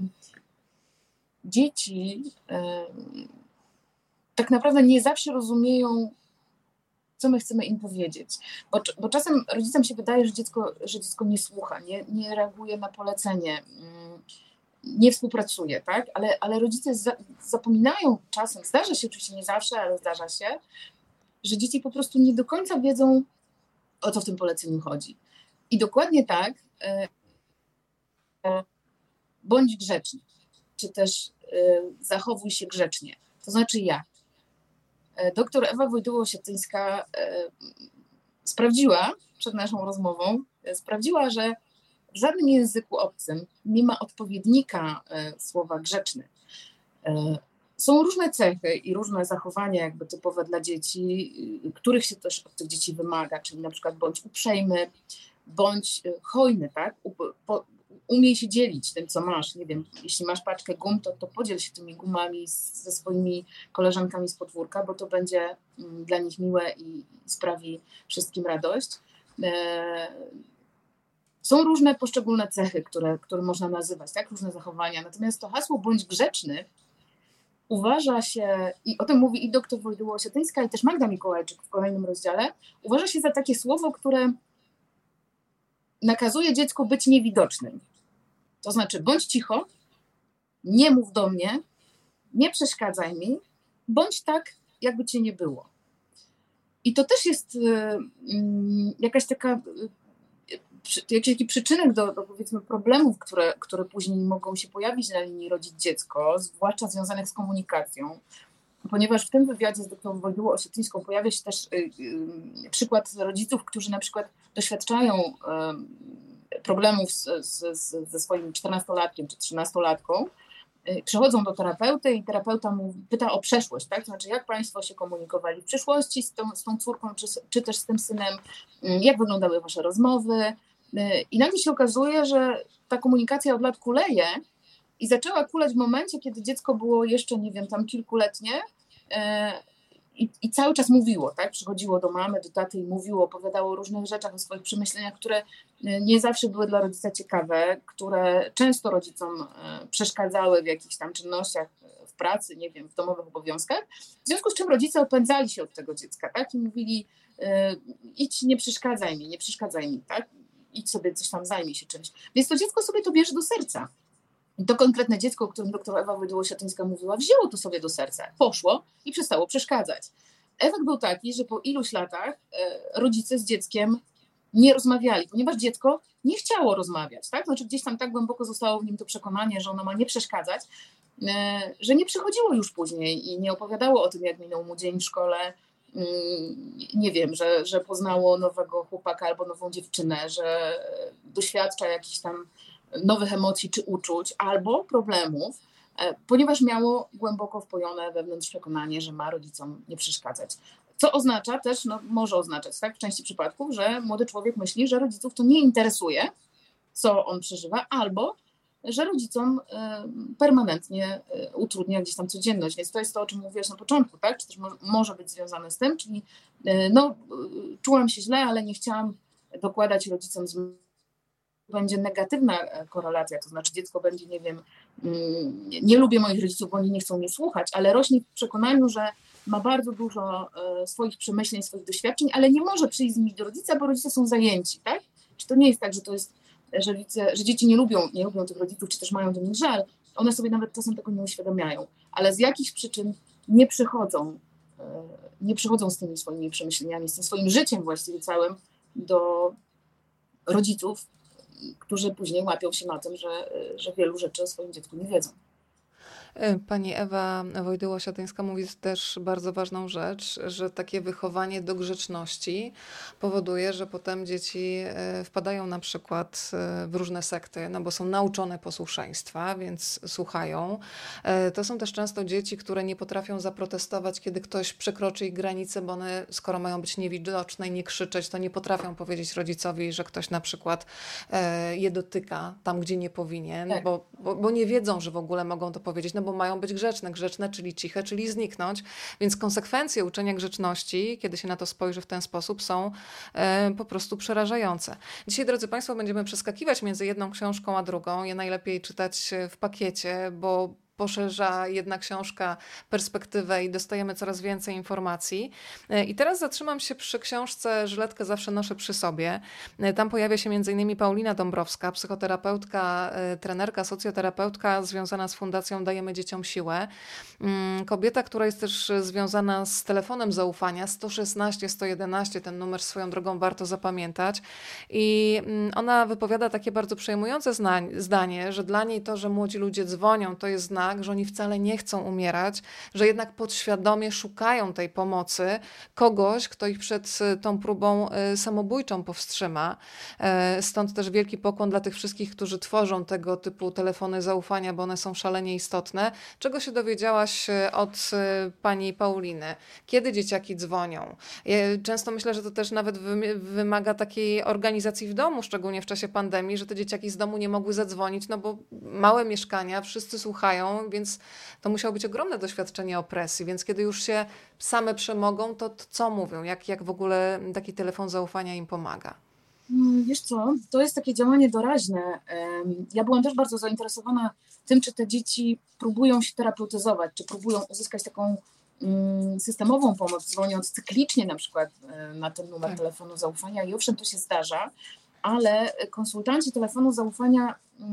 dzieci tak naprawdę nie zawsze rozumieją, co my chcemy im powiedzieć. Bo czasem rodzicom się wydaje, że dziecko nie słucha, nie reaguje na polecenie, nie współpracuje, tak? Ale rodzice zapominają czasem, zdarza się oczywiście nie zawsze, ale zdarza się, że dzieci po prostu nie do końca wiedzą, o co w tym poleceniu chodzi. I dokładnie tak, bądź grzeczny, czy też zachowuj się grzecznie. To znaczy jak? Doktor Ewa Wojtyła-Osiatyńska sprawdziła przed naszą rozmową, że w żadnym języku obcym nie ma odpowiednika słowa grzeczny. Są różne cechy i różne zachowania jakby typowe dla dzieci, których się też od tych dzieci wymaga, czyli na przykład bądź uprzejmy, bądź hojny, tak? Umiej się dzielić tym, co masz. Nie wiem, jeśli masz paczkę gum, to podziel się tymi gumami ze swoimi koleżankami z podwórka, bo to będzie dla nich miłe i sprawi wszystkim radość. Są różne poszczególne cechy, które można nazywać, tak? Różne zachowania. Natomiast to hasło bądź grzeczny uważa się, i o tym mówi i dr Wojtyła-Osiatyńska, i też Magda Mikołajczyk w kolejnym rozdziale, uważa się za takie słowo, które nakazuje dziecku być niewidocznym. To znaczy bądź cicho, nie mów do mnie, nie przeszkadzaj mi, bądź tak, jakby cię nie było. I to też jest jakaś taka, jakiś taki przyczynek do powiedzmy problemów, które później mogą się pojawić na linii rodzic-dziecko, zwłaszcza związanych z komunikacją. Ponieważ w tym wywiadzie z dr Wojtyłą-Osiatyńską pojawia się też przykład rodziców, którzy na przykład doświadczają problemów ze swoim 14-latkiem czy 13-latką, przychodzą do terapeuty i terapeuta mu pyta o przeszłość, tak? Znaczy jak państwo się komunikowali w przeszłości z tą córką czy też z tym synem, jak wyglądały wasze rozmowy, i nagle się okazuje, że ta komunikacja od lat kuleje i zaczęła kuleć w momencie, kiedy dziecko było jeszcze, nie wiem, tam kilkuletnie i cały czas mówiło, tak? Przychodziło do mamy, do taty i mówiło, opowiadało o różnych rzeczach, o swoich przemyśleniach, które nie zawsze były dla rodzica ciekawe, które często rodzicom przeszkadzały w jakichś tam czynnościach w pracy, nie wiem, w domowych obowiązkach, w związku z czym rodzice opędzali się od tego dziecka, tak? I mówili, idź, nie przeszkadzaj mi, tak? Idź sobie coś tam, zajmij się czymś. Więc to dziecko sobie to bierze do serca. I to konkretne dziecko, o którym dr Ewa Wojtyła-Osiatyńska mówiła, wzięło to sobie do serca, poszło i przestało przeszkadzać. Efekt był taki, że po iluś latach rodzice z dzieckiem nie rozmawiali, ponieważ dziecko nie chciało rozmawiać. Tak? Znaczy gdzieś tam tak głęboko zostało w nim to przekonanie, że ono ma nie przeszkadzać, że nie przychodziło już później i nie opowiadało o tym, jak minął mu dzień w szkole, nie wiem, że poznało nowego chłopaka albo nową dziewczynę, że doświadcza jakichś tam nowych emocji czy uczuć, albo problemów, ponieważ miało głęboko wpojone wewnątrz przekonanie, że ma rodzicom nie przeszkadzać. Co oznacza też, może oznaczać, tak, w części przypadków, że młody człowiek myśli, że rodziców to nie interesuje, co on przeżywa, albo że rodzicom permanentnie utrudnia gdzieś tam codzienność. Więc to jest to, o czym mówiłaś na początku, tak? Czy też może być związane z tym, czyli czułam się źle, ale nie chciałam dokładać rodzicom będzie negatywna korelacja, to znaczy dziecko będzie, nie wiem, nie lubię moich rodziców, bo oni nie chcą mnie słuchać, ale rośnie w przekonaniu, że ma bardzo dużo swoich przemyśleń, swoich doświadczeń, ale nie może przyjść z nimi do rodzica, bo rodzice są zajęci, tak? Czy to nie jest tak, że to jest, że dzieci nie lubią tych rodziców, czy też mają do nich żal, one sobie nawet czasem tego nie uświadamiają, ale z jakichś przyczyn nie przychodzą z tymi swoimi przemyśleniami, z tym swoim życiem właściwie całym do rodziców, którzy później łapią się na tym, że wielu rzeczy o swoim dziecku nie wiedzą. Pani Ewa Wojtyła-Osiatyńska mówi też bardzo ważną rzecz, że takie wychowanie do grzeczności powoduje, że potem dzieci wpadają na przykład w różne sekty, no bo są nauczone posłuszeństwa, więc słuchają. To są też często dzieci, które nie potrafią zaprotestować, kiedy ktoś przekroczy ich granice, bo one, skoro mają być niewidoczne i nie krzyczeć, to nie potrafią powiedzieć rodzicowi, że ktoś na przykład je dotyka tam, gdzie nie powinien, tak. bo nie wiedzą, że w ogóle mogą to powiedzieć, no bo bo mają być grzeczne. Grzeczne, czyli ciche, czyli zniknąć. Więc konsekwencje uczenia grzeczności, kiedy się na to spojrzy w ten sposób, są po prostu przerażające. Dzisiaj, drodzy Państwo, będziemy przeskakiwać między jedną książką a drugą. Je najlepiej czytać w pakiecie, bo poszerza jedna książka perspektywę i dostajemy coraz więcej informacji. I teraz zatrzymam się przy książce Żyletkę zawsze noszę przy sobie. Tam pojawia się m.in. Paulina Dąbrowska, psychoterapeutka, trenerka, socjoterapeutka związana z Fundacją Dajemy Dzieciom Siłę. Kobieta, która jest też związana z telefonem zaufania 116 111, ten numer swoją drogą warto zapamiętać. I ona wypowiada takie bardzo przejmujące zdanie, że dla niej to, że młodzi ludzie dzwonią, to jest znak, że oni wcale nie chcą umierać, że jednak podświadomie szukają tej pomocy kogoś, kto ich przed tą próbą samobójczą powstrzyma. Stąd też wielki pokłon dla tych wszystkich, którzy tworzą tego typu telefony zaufania, bo one są szalenie istotne. Czego się dowiedziałaś od pani Pauliny? Kiedy dzieciaki dzwonią? Ja często myślę, że to też nawet wymaga takiej organizacji w domu, szczególnie w czasie pandemii, że te dzieciaki z domu nie mogły zadzwonić, no bo małe mieszkania, wszyscy słuchają, więc to musiało być ogromne doświadczenie opresji, więc kiedy już się same przemogą, to co mówią? Jak w ogóle taki telefon zaufania im pomaga? Wiesz co, to jest takie działanie doraźne. Ja byłam też bardzo zainteresowana tym, czy te dzieci próbują się terapeutyzować, czy próbują uzyskać taką systemową pomoc, dzwoniąc cyklicznie na przykład na ten numer telefonu zaufania i owszem, to się zdarza, ale konsultanci telefonu zaufania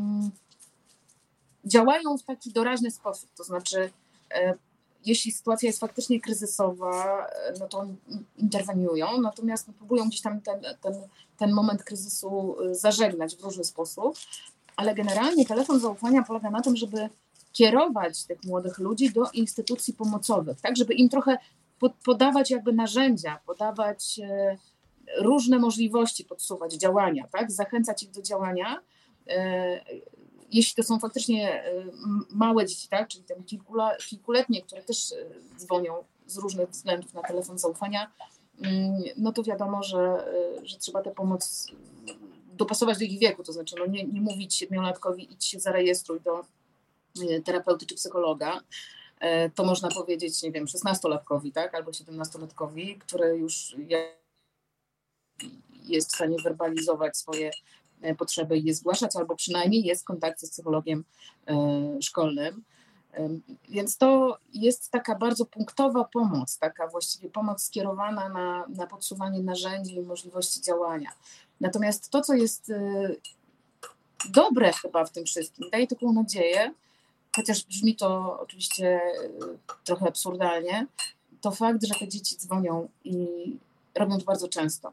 działają w taki doraźny sposób, to znaczy jeśli sytuacja jest faktycznie kryzysowa, no to interweniują, natomiast próbują gdzieś tam ten moment kryzysu zażegnać w różny sposób, ale generalnie telefon zaufania polega na tym, żeby kierować tych młodych ludzi do instytucji pomocowych, tak, żeby im trochę podawać jakby narzędzia, podawać różne możliwości, podsuwać działania, tak, zachęcać ich do działania. Jeśli to są faktycznie małe dzieci, tak, czyli tam kilkuletnie, które też dzwonią z różnych względów na telefon zaufania, no to wiadomo, że trzeba tę pomoc dopasować do ich wieku, to znaczy no nie mówić 7-latkowi idź się zarejestruj do terapeuty czy psychologa, to można powiedzieć, nie wiem, 16-latkowi, tak, albo 17-latkowi, który już jest w stanie werbalizować swoje potrzeby i je zgłaszać, albo przynajmniej jest w kontakcie z psychologiem szkolnym. Więc to jest taka bardzo punktowa pomoc, taka właściwie pomoc skierowana na podsuwanie narzędzi i możliwości działania. Natomiast to, co jest dobre chyba w tym wszystkim, daje taką nadzieję, chociaż brzmi to oczywiście trochę absurdalnie, to fakt, że te dzieci dzwonią i robią to bardzo często.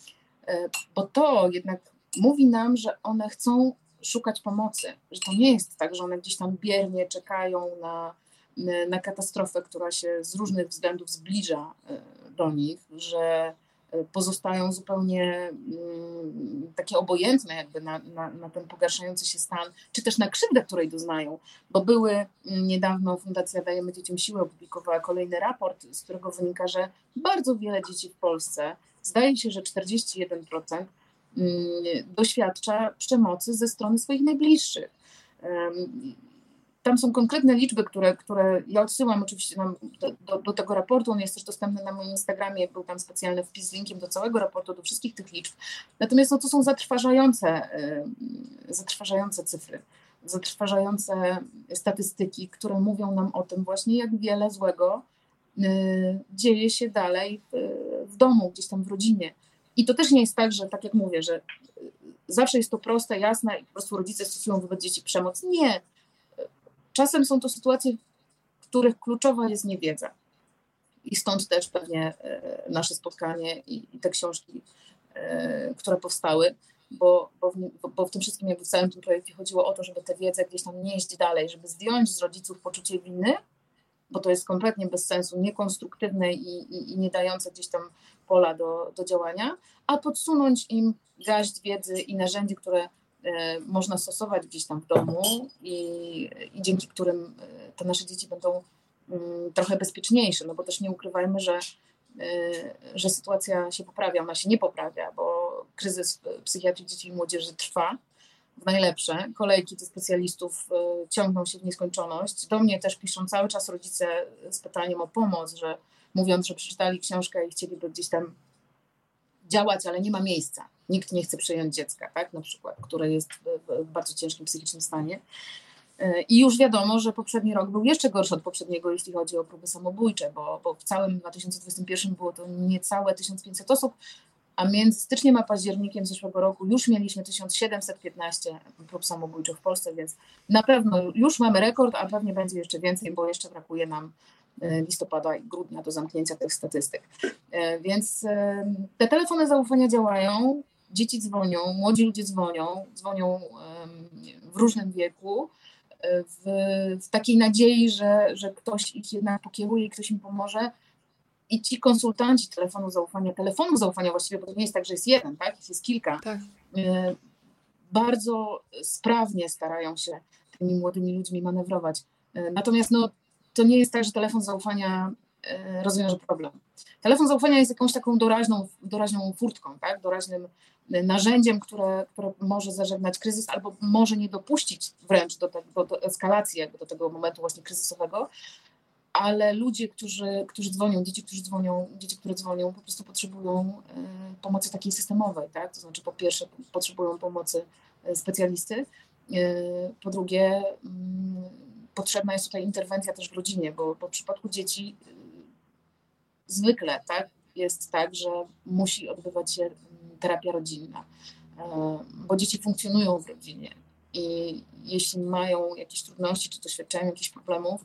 Bo to jednak mówi nam, że one chcą szukać pomocy, że to nie jest tak, że one gdzieś tam biernie czekają na katastrofę, która się z różnych względów zbliża do nich, że pozostają zupełnie takie obojętne jakby na ten pogarszający się stan, czy też na krzywdę, której doznają, bo niedawno Fundacja Dajemy Dzieciom Siłę opublikowała kolejny raport, z którego wynika, że bardzo wiele dzieci w Polsce, zdaje się, że 41%, doświadcza przemocy ze strony swoich najbliższych. Tam są konkretne liczby, które ja odsyłam oczywiście do tego raportu, on jest też dostępny na moim Instagramie, był tam specjalny wpis z linkiem do całego raportu, do wszystkich tych liczb. Natomiast no, to są zatrważające cyfry, zatrważające statystyki, które mówią nam o tym właśnie, jak wiele złego dzieje się dalej w domu, gdzieś tam w rodzinie. I to też nie jest tak, że tak jak mówię, że zawsze jest to proste, jasne i po prostu rodzice stosują wobec dzieci przemoc. Nie. Czasem są to sytuacje, w których kluczowa jest niewiedza. I stąd też pewnie nasze spotkanie i te książki, które powstały, bo w tym wszystkim, jakby w całym tym projekcie chodziło o to, żeby tę wiedzę gdzieś tam nieść dalej, żeby zdjąć z rodziców poczucie winy, bo to jest kompletnie bez sensu, niekonstruktywne i nie dające gdzieś tam pola do działania, a podsunąć im garść wiedzy i narzędzi, które można stosować gdzieś tam w domu i dzięki którym te nasze dzieci będą trochę bezpieczniejsze, no bo też nie ukrywajmy, że sytuacja się poprawia, ona się nie poprawia, bo kryzys psychiatrii dzieci i młodzieży trwa. w najlepsze. Kolejki do specjalistów ciągną się w nieskończoność. Do mnie też piszą cały czas rodzice z pytaniem o pomoc, że mówiąc, że przeczytali książkę i chcieliby gdzieś tam działać, ale nie ma miejsca. Nikt nie chce przyjąć dziecka, tak, na przykład, które jest w bardzo ciężkim psychicznym stanie. I już wiadomo, że poprzedni rok był jeszcze gorszy od poprzedniego, jeśli chodzi o próby samobójcze, bo w całym 2021 było to niecałe 1500 osób, a między styczniem a październikiem zeszłego roku już mieliśmy 1715 prób samobójczych w Polsce, więc na pewno już mamy rekord, a pewnie będzie jeszcze więcej, bo jeszcze brakuje nam listopada i grudnia do zamknięcia tych statystyk. Więc te telefony zaufania działają, dzieci dzwonią, młodzi ludzie dzwonią w różnym wieku, w takiej nadziei, że ktoś ich jednak pokieruje i ktoś im pomoże. I ci konsultanci telefonu zaufania właściwie, bo to nie jest tak, że jest jeden, tak? Jest kilka. Tak. Bardzo sprawnie starają się tymi młodymi ludźmi manewrować. Natomiast to nie jest tak, że telefon zaufania rozwiąże problem. Telefon zaufania jest jakąś taką doraźną furtką, tak? Doraźnym narzędziem, które może zażegnać kryzys albo może nie dopuścić wręcz do eskalacji, jakby do tego momentu właśnie kryzysowego, ale ludzie, którzy dzwonią, dzieci, które dzwonią, po prostu potrzebują pomocy takiej systemowej, tak? To znaczy po pierwsze potrzebują pomocy specjalisty, po drugie potrzebna jest tutaj interwencja też w rodzinie, bo w przypadku dzieci zwykle tak, jest tak, że musi odbywać się terapia rodzinna, bo dzieci funkcjonują w rodzinie i jeśli mają jakieś trudności, czy doświadczają jakichś problemów,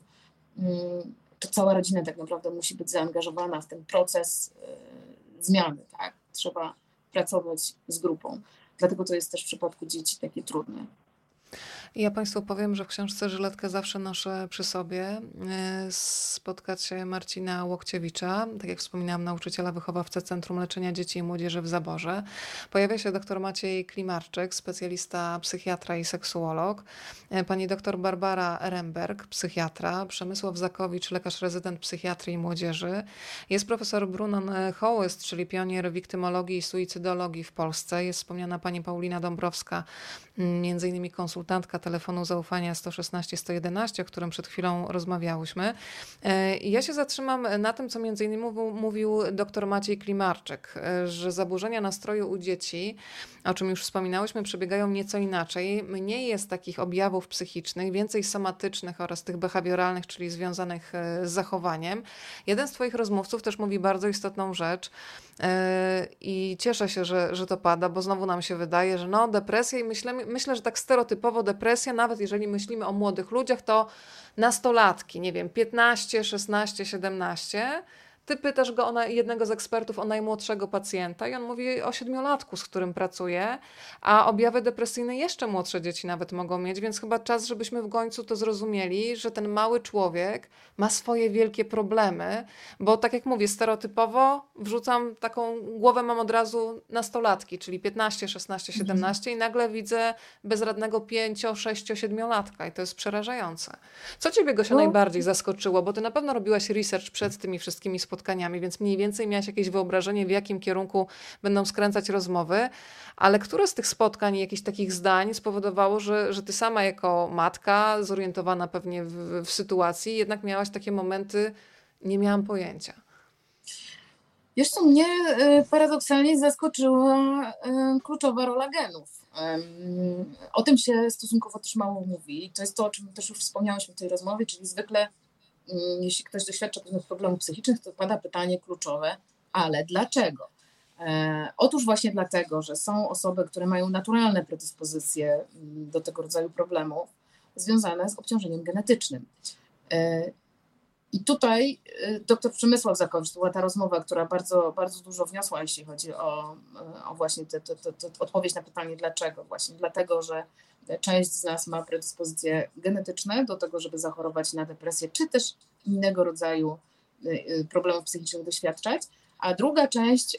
to cała rodzina tak naprawdę musi być zaangażowana w ten proces zmiany, tak? Trzeba pracować z grupą. Dlatego to jest też w przypadku dzieci takie trudne. Ja Państwu powiem, że w książce Żyletkę zawsze noszę przy sobie. Spotkać się Marcina Łokciewicza, tak jak wspominałam, nauczyciela, wychowawcę Centrum Leczenia Dzieci i Młodzieży w Zaborze. Pojawia się dr Maciej Klimarczyk, specjalista psychiatra i seksuolog. Pani dr Barbara Remberg, psychiatra. Przemysław Zakowicz, lekarz rezydent psychiatrii i młodzieży. Jest profesor Brunon Hołyst, czyli pionier wiktymologii i suicydologii w Polsce. Jest wspomniana pani Paulina Dąbrowska, między innymi konsultantka telefonu zaufania 116 111, o którym przed chwilą rozmawiałyśmy. Ja się zatrzymam na tym, co między innymi mówił dr Maciej Klimarczyk, że zaburzenia nastroju u dzieci, o czym już wspominałyśmy, przebiegają nieco inaczej. Mniej jest takich objawów psychicznych, więcej somatycznych oraz tych behawioralnych, czyli związanych z zachowaniem. Jeden z twoich rozmówców też mówi bardzo istotną rzecz i cieszę się, że to pada, bo znowu nam się wydaje, że depresja i myślę, że tak stereotypowo depresja, nawet jeżeli myślimy o młodych ludziach, to nastolatki, nie wiem, 15, 16, 17. Ty pytasz go jednego z ekspertów o najmłodszego pacjenta i on mówi o 7-latku, z którym pracuje, a objawy depresyjne jeszcze młodsze dzieci nawet mogą mieć, więc chyba czas, żebyśmy w końcu to zrozumieli, że ten mały człowiek ma swoje wielkie problemy, bo tak jak mówię, stereotypowo wrzucam taką głowę, mam od razu nastolatki, czyli 15, 16, 17 i nagle widzę bezradnego 5, 6, 7-latka i to jest przerażające. Co ciebie, Gosia, najbardziej zaskoczyło? Bo ty na pewno robiłaś research przed tymi wszystkimi spotkaniami, więc mniej więcej miałaś jakieś wyobrażenie, w jakim kierunku będą skręcać rozmowy, ale które z tych spotkań i jakichś takich zdań spowodowało, że ty sama jako matka, zorientowana pewnie w sytuacji, jednak miałaś takie momenty, nie miałam pojęcia. Wiesz co, mnie paradoksalnie zaskoczyła kluczowa rola genów. O tym się stosunkowo też mało mówi. To jest to, o czym też już wspomniałyśmy w tej rozmowie, czyli zwykle jeśli ktoś doświadcza pewnych problemów psychicznych, to pada pytanie kluczowe, ale dlaczego? Otóż właśnie dlatego, że są osoby, które mają naturalne predyspozycje do tego rodzaju problemów związane z obciążeniem genetycznym. I tutaj dr Przemysław Zakowicz, to była ta rozmowa, która bardzo, bardzo dużo wniosła, jeśli chodzi o właśnie odpowiedź na pytanie dlaczego. Właśnie dlatego, że część z nas ma predyspozycje genetyczne do tego, żeby zachorować na depresję, czy też innego rodzaju problemów psychicznych doświadczać, a druga część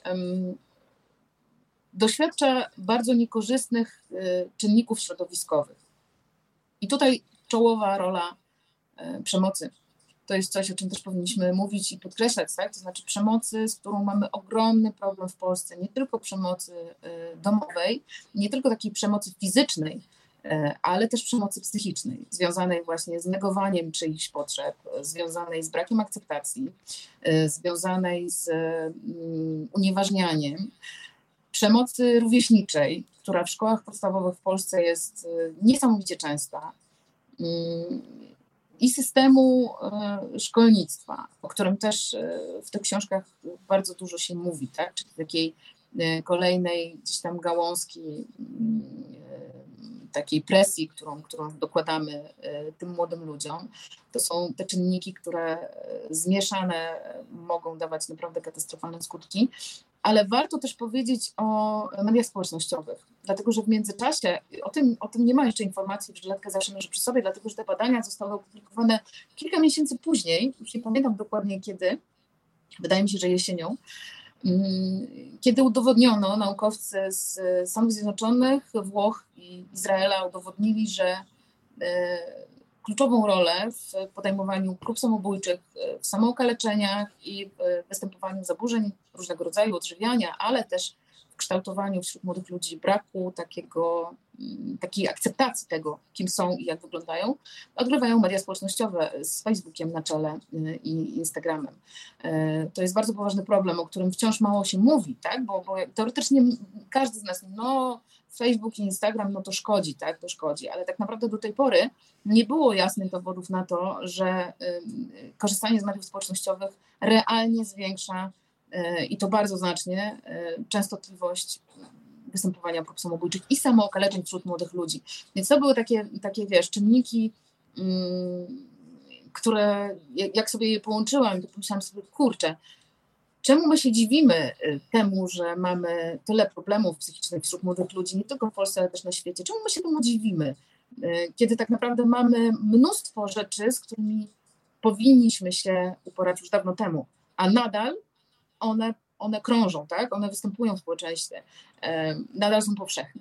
doświadcza bardzo niekorzystnych czynników środowiskowych. I tutaj czołowa rola przemocy. To jest coś, o czym też powinniśmy mówić i podkreślać, tak? To znaczy przemocy, z którą mamy ogromny problem w Polsce, nie tylko przemocy domowej, nie tylko takiej przemocy fizycznej, ale też przemocy psychicznej, związanej właśnie z negowaniem czyichś potrzeb, związanej z brakiem akceptacji, związanej z unieważnianiem, przemocy rówieśniczej, która w szkołach podstawowych w Polsce jest niesamowicie częsta, i systemu szkolnictwa, o którym też w tych książkach bardzo dużo się mówi, tak? Czyli takiej kolejnej gdzieś tam gałązki takiej presji, którą dokładamy tym młodym ludziom. To są te czynniki, które zmieszane mogą dawać naprawdę katastrofalne skutki. Ale warto też powiedzieć o mediach społecznościowych, dlatego że w międzyczasie, o tym nie ma jeszcze informacji, w Żyletkę zawsze mierzy przy sobie, dlatego że te badania zostały opublikowane kilka miesięcy później, już nie pamiętam dokładnie kiedy, wydaje mi się, że jesienią, kiedy udowodniono, naukowcy z Stanów Zjednoczonych, Włoch i Izraela udowodnili, że kluczową rolę w podejmowaniu prób samobójczych, w samookaleczeniach i w występowaniu zaburzeń różnego rodzaju odżywiania, ale też w kształtowaniu wśród młodych ludzi braku takiej akceptacji tego, kim są i jak wyglądają, odgrywają media społecznościowe z Facebookiem na czele i Instagramem. To jest bardzo poważny problem, o którym wciąż mało się mówi, tak? Bo teoretycznie każdy z nas, Facebook i Instagram, to szkodzi, tak? To szkodzi, ale tak naprawdę do tej pory nie było jasnych dowodów na to, że korzystanie z mediów społecznościowych realnie zwiększa i to bardzo znacznie częstotliwość występowania prób samobójczych i samookaleczeń wśród młodych ludzi. Więc to były takie czynniki, które jak sobie je połączyłam, to pomyślałam sobie, kurczę, czemu my się dziwimy temu, że mamy tyle problemów psychicznych wśród młodych ludzi, nie tylko w Polsce, ale też na świecie? Czemu my się temu dziwimy, kiedy tak naprawdę mamy mnóstwo rzeczy, z którymi powinniśmy się uporać już dawno temu, a nadal one krążą, tak? One występują w społeczeństwie, nadal są powszechne.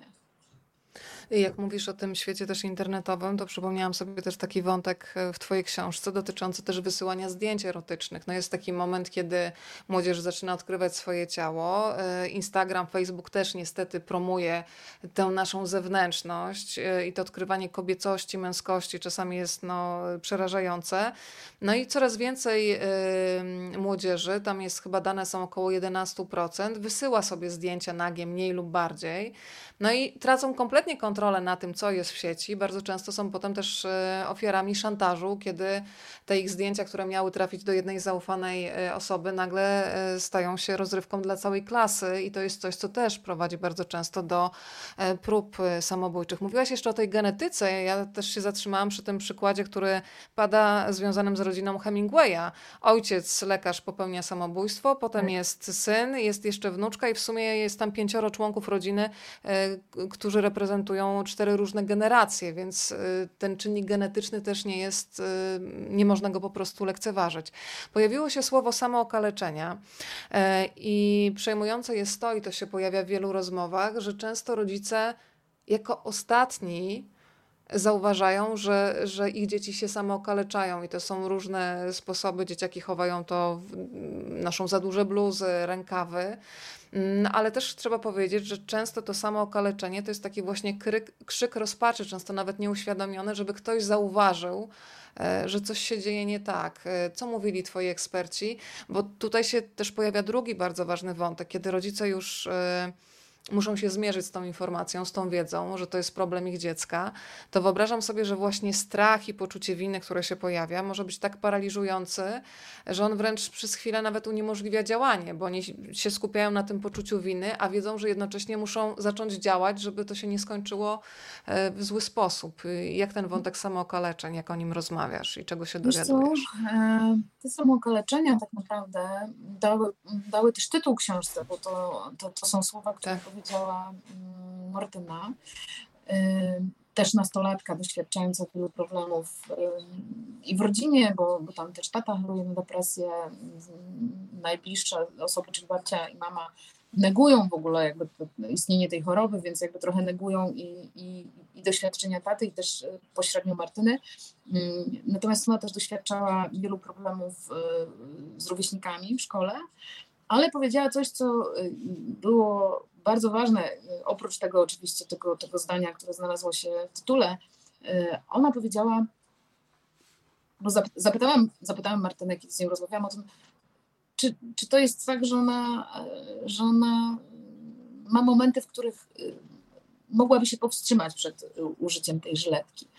Jak mówisz o tym świecie też internetowym, to przypomniałam sobie też taki wątek w twojej książce dotyczący też wysyłania zdjęć erotycznych. Jest taki moment, kiedy młodzież zaczyna odkrywać swoje ciało. Instagram, Facebook też niestety promuje tę naszą zewnętrzność i to odkrywanie kobiecości, męskości czasami jest przerażające. I coraz więcej młodzieży, tam jest chyba dane są około 11%, wysyła sobie zdjęcia nagie mniej lub bardziej. I tracą kompletnie kontrolę na tym, co jest w sieci. Bardzo często są potem też ofiarami szantażu, kiedy te ich zdjęcia, które miały trafić do jednej zaufanej osoby, nagle stają się rozrywką dla całej klasy i to jest coś, co też prowadzi bardzo często do prób samobójczych. Mówiłaś jeszcze o tej genetyce. Ja też się zatrzymałam przy tym przykładzie, który pada związanym z rodziną Hemingwaya. Ojciec, lekarz, popełnia samobójstwo, potem jest syn, jest jeszcze wnuczka i w sumie jest tam 5 członków rodziny, którzy reprezentują 4 różne generacje, więc ten czynnik genetyczny też nie można go po prostu lekceważyć. Pojawiło się słowo samookaleczenia i przejmujące jest to, i to się pojawia w wielu rozmowach, że często rodzice jako ostatni zauważają, że ich dzieci się samookaleczają i to są różne sposoby. Dzieciaki chowają to noszą za duże bluzy, rękawy, ale też trzeba powiedzieć, że często to samookaleczenie to jest taki właśnie krzyk rozpaczy, często nawet nieuświadomiony, żeby ktoś zauważył, że coś się dzieje nie tak. Co mówili twoi eksperci? Bo tutaj się też pojawia drugi bardzo ważny wątek, kiedy rodzice już muszą się zmierzyć z tą informacją, z tą wiedzą, że to jest problem ich dziecka, to wyobrażam sobie, że właśnie strach i poczucie winy, które się pojawia, może być tak paraliżujący, że on wręcz przez chwilę nawet uniemożliwia działanie, bo oni się skupiają na tym poczuciu winy, a wiedzą, że jednocześnie muszą zacząć działać, żeby to się nie skończyło w zły sposób. Jak ten wątek samookaleczeń, jak o nim rozmawiasz i czego się dowiadujesz? Te samookaleczenia tak naprawdę dały też tytuł książce, bo to są słowa, które powiedziała Martyna, też nastolatka doświadczająca wielu problemów i w rodzinie, bo tam też tata choruje na depresję, najbliższe osoby, czyli babcia i mama, negują w ogóle jakby istnienie tej choroby, więc jakby trochę negują i doświadczenia taty i też pośrednio Martyny. Natomiast ona też doświadczała wielu problemów z rówieśnikami w szkole, ale powiedziała coś, co było bardzo ważne, oprócz tego oczywiście tego zdania, które znalazło się w tytule, ona powiedziała, bo zapytałam Martynę, kiedy z nią rozmawiałam o tym, czy to jest tak, że ona ma momenty, w których mogłaby się powstrzymać przed użyciem tej żyletki.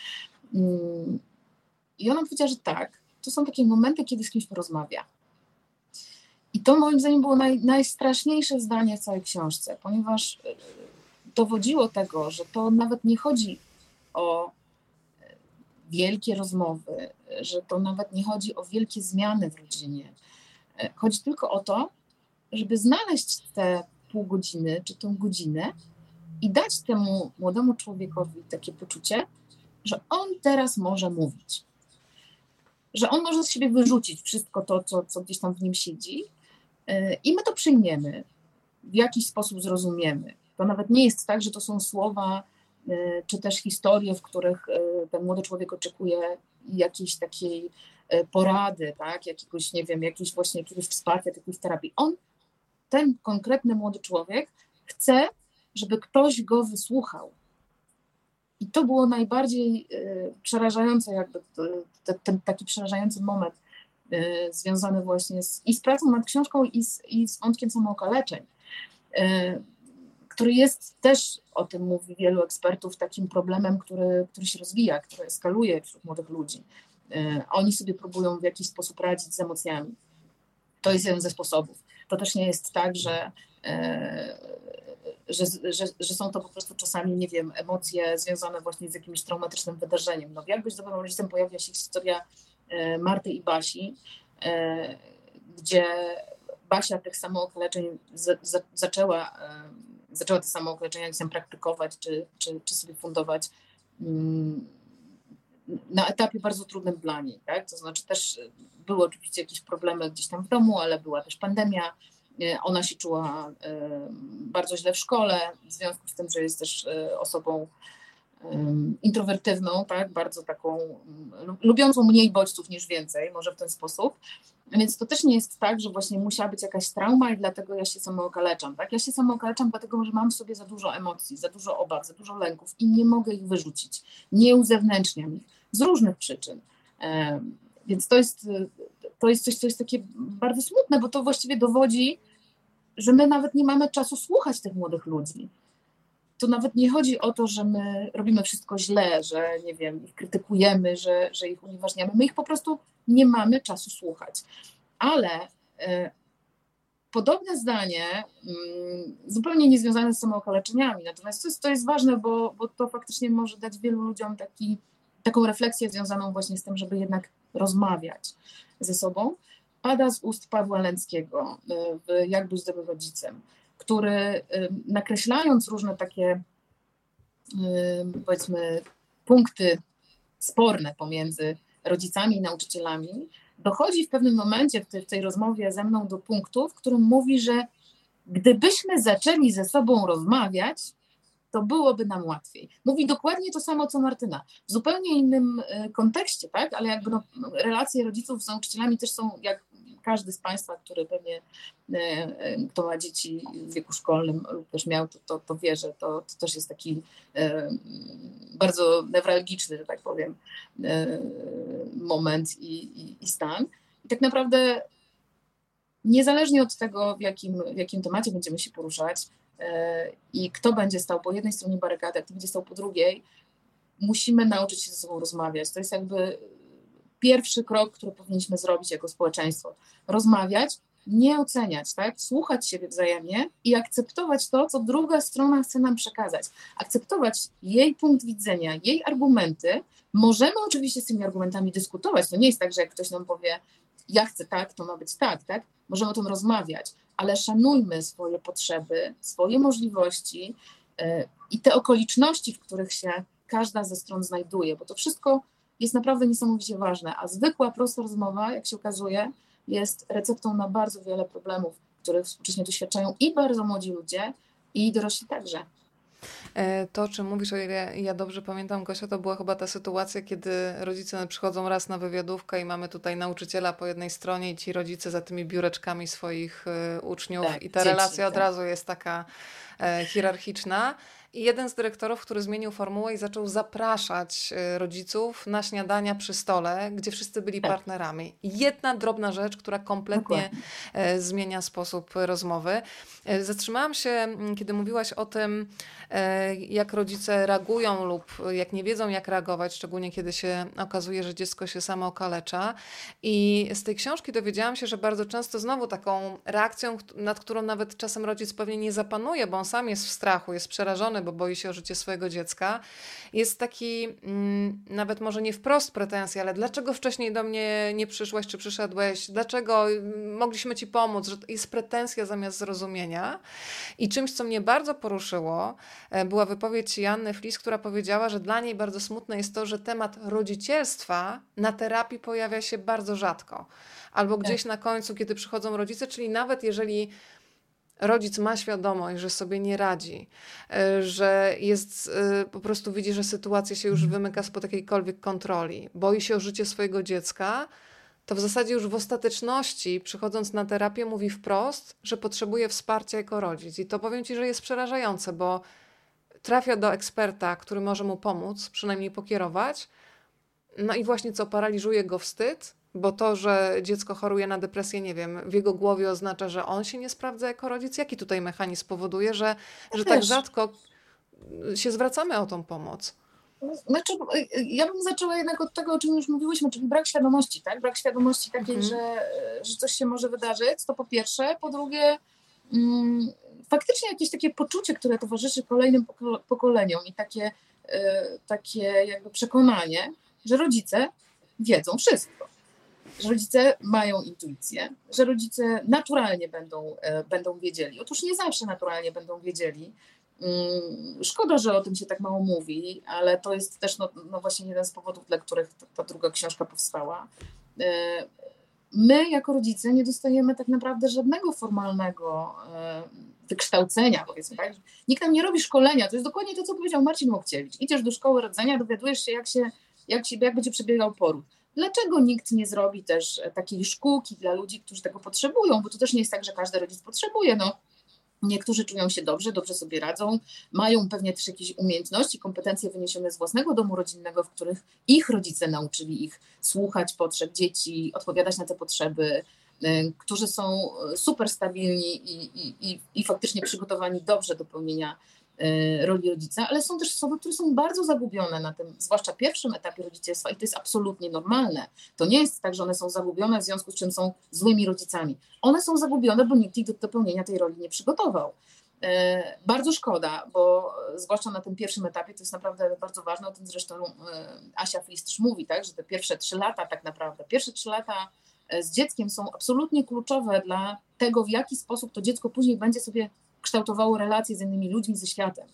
I ona powiedziała, że tak, to są takie momenty, kiedy z kimś porozmawia. I to moim zdaniem było najstraszniejsze zdanie w całej książce, ponieważ dowodziło tego, że to nawet nie chodzi o wielkie rozmowy, że to nawet nie chodzi o wielkie zmiany w rodzinie. Chodzi tylko o to, żeby znaleźć te pół godziny czy tę godzinę i dać temu młodemu człowiekowi takie poczucie, że on teraz może mówić, że on może z siebie wyrzucić wszystko to, co gdzieś tam w nim siedzi i my to przyjmiemy, w jakiś sposób zrozumiemy. To nawet nie jest tak, że to są słowa czy też historie, w których ten młody człowiek oczekuje jakiejś takiej porady, tak? Jakiegoś, nie wiem, jakiegoś wsparcia, jakiejś terapii. Ten konkretny młody człowiek chce, żeby ktoś go wysłuchał. I to było najbardziej przerażające, jakby ten taki przerażający moment związany właśnie z pracą nad książką i z wątkiem samookaleczeń, który jest też, o tym mówi wielu ekspertów, takim problemem, który się rozwija, który eskaluje wśród młodych ludzi. Oni sobie próbują w jakiś sposób radzić z emocjami. To jest jeden ze sposobów. To też nie jest tak, że są to po prostu czasami, nie wiem, emocje związane właśnie z jakimś traumatycznym wydarzeniem. No w Jak być dobrym rodzicem pojawia się historia Marty i Basi, gdzie Basia tych samookaleczeń zaczęła te samookaleczenia gdzieś tam praktykować, czy sobie fundować na etapie bardzo trudnym dla niej, tak? To znaczy też były oczywiście jakieś problemy gdzieś tam w domu, ale była też pandemia. Ona się czuła bardzo źle w szkole, w związku z tym, że jest też osobą introwertywną, tak? Bardzo taką lubiącą mniej bodźców niż więcej, może w ten sposób. Więc to też nie jest tak, że właśnie musiała być jakaś trauma i dlatego ja się samookaleczam. Tak? Ja się samookaleczam dlatego, że mam w sobie za dużo emocji, za dużo obaw, za dużo lęków i nie mogę ich wyrzucić. Nie uzewnętrzniam ich z różnych przyczyn. Więc to jest coś, co jest takie bardzo smutne, bo to właściwie dowodzi, że my nawet nie mamy czasu słuchać tych młodych ludzi. To nawet nie chodzi o to, że my robimy wszystko źle, że nie wiem, ich krytykujemy, że ich unieważniamy. My ich po prostu nie mamy czasu słuchać. Ale podobne zdanie, zupełnie niezwiązane z samookaleczeniami, natomiast to jest ważne, bo to faktycznie może dać wielu ludziom taką refleksję związaną właśnie z tym, żeby jednak rozmawiać ze sobą, pada z ust Pawła Lęckiego w Jak być dobrym rodzicem, który nakreślając różne takie, powiedzmy, punkty sporne pomiędzy rodzicami i nauczycielami, dochodzi w pewnym momencie w tej rozmowie ze mną do punktu, w którym mówi, że gdybyśmy zaczęli ze sobą rozmawiać, to byłoby nam łatwiej. Mówi dokładnie to samo, co Martyna. W zupełnie innym kontekście, tak? Ale jakby relacje rodziców z nauczycielami też są, jak każdy z Państwa, który pewnie, kto ma dzieci w wieku szkolnym lub też miał, to wie, że to też jest taki bardzo newralgiczny, że tak powiem, moment i stan. I tak naprawdę niezależnie od tego, w jakim temacie będziemy się poruszać i kto będzie stał po jednej stronie barykady, a kto będzie stał po drugiej, musimy nauczyć się ze sobą rozmawiać. To jest jakby pierwszy krok, który powinniśmy zrobić jako społeczeństwo. Rozmawiać, nie oceniać, tak? Słuchać siebie wzajemnie i akceptować to, co druga strona chce nam przekazać. Akceptować jej punkt widzenia, jej argumenty. Możemy oczywiście z tymi argumentami dyskutować. To nie jest tak, że jak ktoś nam powie, ja chcę tak, to ma być tak, tak? Możemy o tym rozmawiać, ale szanujmy swoje potrzeby, swoje możliwości i te okoliczności, w których się każda ze stron znajduje, bo to wszystko jest naprawdę niesamowicie ważne, a zwykła, prosta rozmowa, jak się okazuje, jest receptą na bardzo wiele problemów, których współcześnie doświadczają i bardzo młodzi ludzie, i dorośli także. To, o czym mówisz, o ile ja dobrze pamiętam, Gosia, to była chyba ta sytuacja, kiedy rodzice przychodzą raz na wywiadówkę i mamy tutaj nauczyciela po jednej stronie i ci rodzice za tymi biureczkami swoich uczniów Tak, i ta dzieci, relacja od tak. razu jest taka hierarchiczna. I jeden z dyrektorów, który zmienił formułę i zaczął zapraszać rodziców na śniadania przy stole, gdzie wszyscy byli Tak, partnerami. Jedna drobna rzecz, która kompletnie dokładnie. zmienia sposób rozmowy. Zatrzymałam się, kiedy mówiłaś o tym, jak rodzice reagują lub jak nie wiedzą, jak reagować, szczególnie kiedy się okazuje, że dziecko się samo okalecza. I z tej książki dowiedziałam się, że bardzo często znowu taką reakcją, nad którą nawet czasem rodzic pewnie nie zapanuje, bo on sam jest w strachu, jest przerażony, bo boi się o życie swojego dziecka, jest taki nawet może nie wprost pretensja, ale dlaczego wcześniej do mnie nie przyszłaś, czy przyszedłeś, dlaczego mogliśmy ci pomóc, że jest pretensja zamiast zrozumienia. I czymś, co mnie bardzo poruszyło, była wypowiedź Joanny Flis, która powiedziała, że dla niej bardzo smutne jest to, że temat rodzicielstwa na terapii pojawia się bardzo rzadko. Albo Tak. gdzieś na końcu, kiedy przychodzą rodzice, czyli nawet jeżeli rodzic ma świadomość, że sobie nie radzi, że jest, po prostu widzi, że sytuacja się już wymyka spod jakiejkolwiek kontroli, boi się o życie swojego dziecka, to w zasadzie już w ostateczności, przychodząc na terapię, mówi wprost, że potrzebuje wsparcia jako rodzic. I to powiem ci, że jest przerażające, bo trafia do eksperta, który może mu pomóc, przynajmniej pokierować, no i właśnie co, paraliżuje go wstyd, bo to, że dziecko choruje na depresję, nie wiem, w jego głowie oznacza, że on się nie sprawdza jako rodzic. Jaki tutaj mechanizm powoduje, że tak Też. rzadko się zwracamy o tą pomoc? Znaczy, ja bym zaczęła jednak od tego, o czym już mówiłyśmy, czyli brak świadomości, tak? Brak świadomości takiej, że coś się może wydarzyć, to po pierwsze. Po drugie, faktycznie jakieś takie poczucie, które towarzyszy kolejnym pokoleniom i takie jakby przekonanie, że rodzice wiedzą wszystko, że rodzice mają intuicję, że rodzice naturalnie będą wiedzieli. Otóż nie zawsze naturalnie będą wiedzieli. Szkoda, że o tym się tak mało mówi, ale to jest też no właśnie jeden z powodów, dla których ta druga książka powstała. My jako rodzice nie dostajemy tak naprawdę żadnego formalnego wykształcenia, powiedzmy, tak? Nikt nam nie robi szkolenia, to jest dokładnie to, co powiedział Marcin Łokciewicz. Idziesz do szkoły rodzenia, dowiadujesz się, jak będzie przebiegał poród. Dlaczego nikt nie zrobi też takiej szkółki dla ludzi, którzy tego potrzebują? Bo to też nie jest tak, że każdy rodzic potrzebuje. No, niektórzy czują się dobrze sobie radzą, mają pewnie też jakieś umiejętności, kompetencje wyniesione z własnego domu rodzinnego, w których ich rodzice nauczyli ich słuchać potrzeb dzieci, odpowiadać na te potrzeby, którzy są super stabilni i faktycznie przygotowani dobrze do pełnienia roli rodzica, ale są też osoby, które są bardzo zagubione na tym, zwłaszcza pierwszym etapie rodzicielstwa i to jest absolutnie normalne. To nie jest tak, że one są zagubione, w związku z czym są złymi rodzicami. One są zagubione, bo nikt ich do pełnienia tej roli nie przygotował. Bardzo szkoda, bo zwłaszcza na tym pierwszym etapie to jest naprawdę bardzo ważne, o tym zresztą Asia Flis też mówi, tak, że te pierwsze 3 lata tak naprawdę, pierwsze 3 lata z dzieckiem są absolutnie kluczowe dla tego, w jaki sposób to dziecko później będzie sobie kształtowało relacje z innymi ludźmi, ze światem.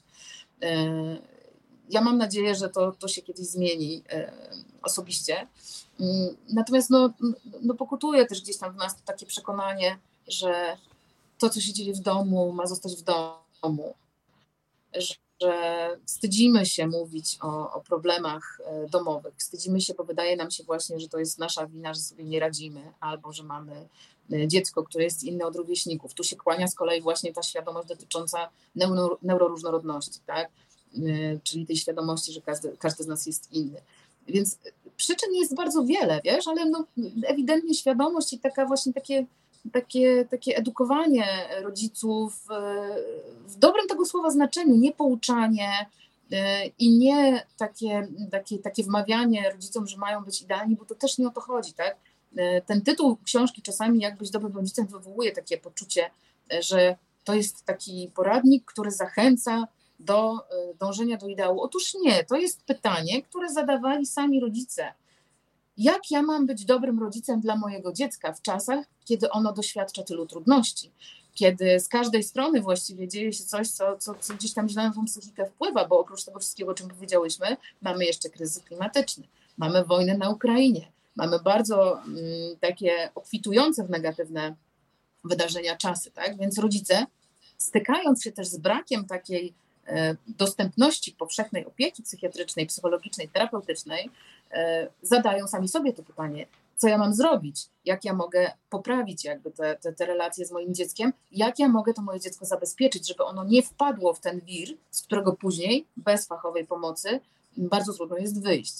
Ja mam nadzieję, że to się kiedyś zmieni osobiście. Natomiast pokutuje też gdzieś tam w nas takie przekonanie, że to, co się dzieje w domu, ma zostać w domu. Że wstydzimy się mówić o problemach domowych. Wstydzimy się, bo wydaje nam się właśnie, że to jest nasza wina, że sobie nie radzimy, albo że mamy dziecko, które jest inne od rówieśników. Tu się kłania z kolei właśnie ta świadomość dotycząca neuroróżnorodności, tak? Czyli tej świadomości, że każdy z nas jest inny. Więc przyczyn jest bardzo wiele, wiesz, ale ewidentnie świadomość i taka właśnie takie edukowanie rodziców w dobrym tego słowa znaczeniu, nie pouczanie i nie takie wmawianie rodzicom, że mają być idealni, bo to też nie o to chodzi, tak? Ten tytuł książki czasami jak być dobrym rodzicem wywołuje takie poczucie, że to jest taki poradnik, który zachęca do dążenia do ideału. Otóż nie, to jest pytanie, które zadawali sami rodzice. Jak ja mam być dobrym rodzicem dla mojego dziecka w czasach, kiedy ono doświadcza tylu trudności? Kiedy z każdej strony właściwie dzieje się coś, co gdzieś tam źle na tą psychikę wpływa, bo oprócz tego wszystkiego, o czym powiedziałyśmy, mamy jeszcze kryzys klimatyczny, mamy wojnę na Ukrainie, mamy bardzo takie obfitujące w negatywne wydarzenia czasy, tak? Więc rodzice, stykając się też z brakiem takiej dostępności powszechnej opieki psychiatrycznej, psychologicznej, terapeutycznej, zadają sami sobie to pytanie, co ja mam zrobić, jak ja mogę poprawić jakby te relacje z moim dzieckiem, jak ja mogę to moje dziecko zabezpieczyć, żeby ono nie wpadło w ten wir, z którego później bez fachowej pomocy bardzo trudno jest wyjść.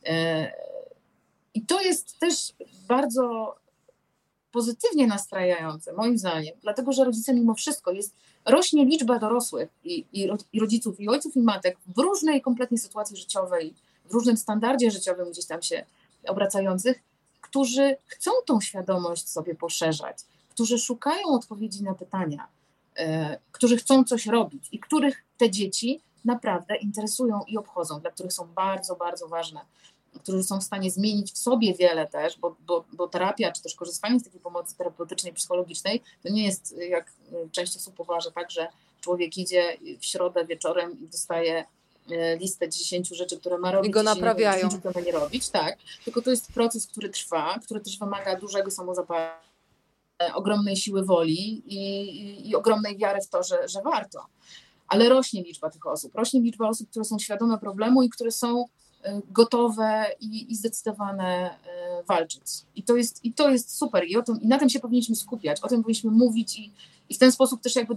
I to jest też bardzo pozytywnie nastrajające, moim zdaniem, dlatego że rodzice mimo wszystko rośnie liczba dorosłych i rodziców, i ojców, i matek w różnej kompletnie sytuacji życiowej, w różnym standardzie życiowym gdzieś tam się obracających, którzy chcą tą świadomość sobie poszerzać, którzy szukają odpowiedzi na pytania, którzy chcą coś robić i których te dzieci naprawdę interesują i obchodzą, dla których są bardzo, bardzo ważne, którzy są w stanie zmienić w sobie wiele też, bo terapia, czy też korzystanie z takiej pomocy terapeutycznej, psychologicznej, to nie jest, jak część osób uważa, tak, że człowiek idzie w środę wieczorem i dostaje listę 10 rzeczy, które ma robić i go naprawiają. 10, które ma nie robić, tak, tylko to jest proces, który trwa, który też wymaga dużego samozapalenia, ogromnej siły woli i ogromnej wiary w to, że warto. Ale rośnie liczba tych osób, które są świadome problemu i które są gotowe i zdecydowane walczyć. I to jest super i na tym się powinniśmy skupiać, o tym powinniśmy mówić i w ten sposób też jakby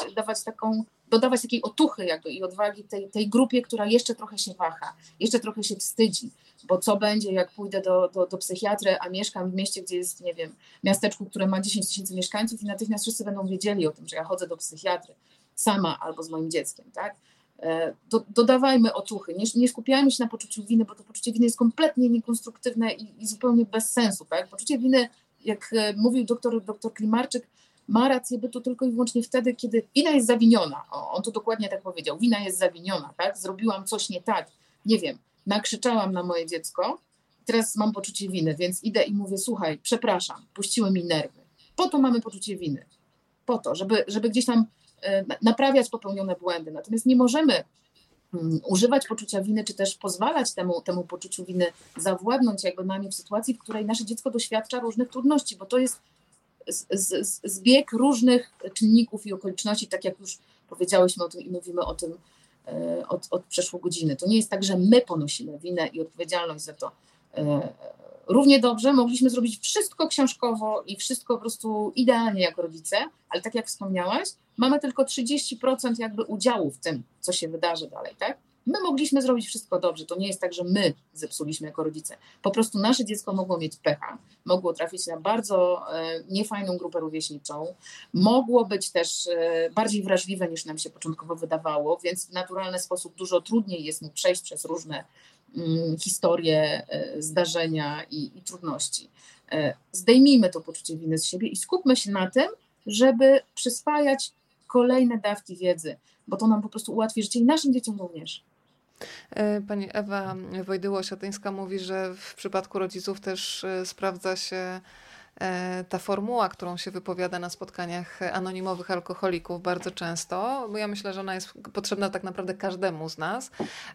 dodawać takiej otuchy jakby i odwagi tej grupie, która jeszcze trochę się waha, jeszcze trochę się wstydzi, bo co będzie, jak pójdę do psychiatry, a mieszkam w mieście, gdzie jest, nie wiem, miasteczku, które ma 10 000 mieszkańców i natychmiast wszyscy będą wiedzieli o tym, że ja chodzę do psychiatry sama albo z moim dzieckiem, tak? Dodawajmy otuchy, nie skupiajmy się na poczuciu winy, bo to poczucie winy jest kompletnie niekonstruktywne i zupełnie bez sensu. Tak? Poczucie winy, jak mówił doktor Klimarczyk, ma rację bytu tylko i wyłącznie wtedy, kiedy wina jest zawiniona. On to dokładnie tak powiedział, wina jest zawiniona, tak? Zrobiłam coś nie tak, nie wiem, nakrzyczałam na moje dziecko, teraz mam poczucie winy, więc idę i mówię, słuchaj, przepraszam, puściły mi nerwy. Po to mamy poczucie winy, po to, żeby gdzieś tam naprawiać popełnione błędy. Natomiast nie możemy używać poczucia winy, czy też pozwalać temu poczuciu winy zawładnąć jakby nami w sytuacji, w której nasze dziecko doświadcza różnych trudności, bo to jest zbieg różnych czynników i okoliczności, tak jak już powiedziałyśmy o tym i mówimy o tym od przeszło godziny. To nie jest tak, że my ponosimy winę i odpowiedzialność za to. Równie dobrze mogliśmy zrobić wszystko książkowo i wszystko po prostu idealnie jako rodzice, ale tak jak wspomniałaś, mamy tylko 30% jakby udziału w tym, co się wydarzy dalej, tak? My mogliśmy zrobić wszystko dobrze, to nie jest tak, że my zepsuliśmy jako rodzice. Po prostu nasze dziecko mogło mieć pecha, mogło trafić na bardzo niefajną grupę rówieśniczą, mogło być też bardziej wrażliwe niż nam się początkowo wydawało, więc w naturalny sposób dużo trudniej jest mu przejść przez różne historie, zdarzenia i trudności. Zdejmijmy to poczucie winy z siebie i skupmy się na tym, żeby przyswajać kolejne dawki wiedzy, bo to nam po prostu ułatwi życie i naszym dzieciom również. Pani Ewa Wojdyło-Osiatyńska mówi, że w przypadku rodziców też sprawdza się ta formuła, którą się wypowiada na spotkaniach anonimowych alkoholików bardzo często, bo ja myślę, że ona jest potrzebna tak naprawdę każdemu z nas.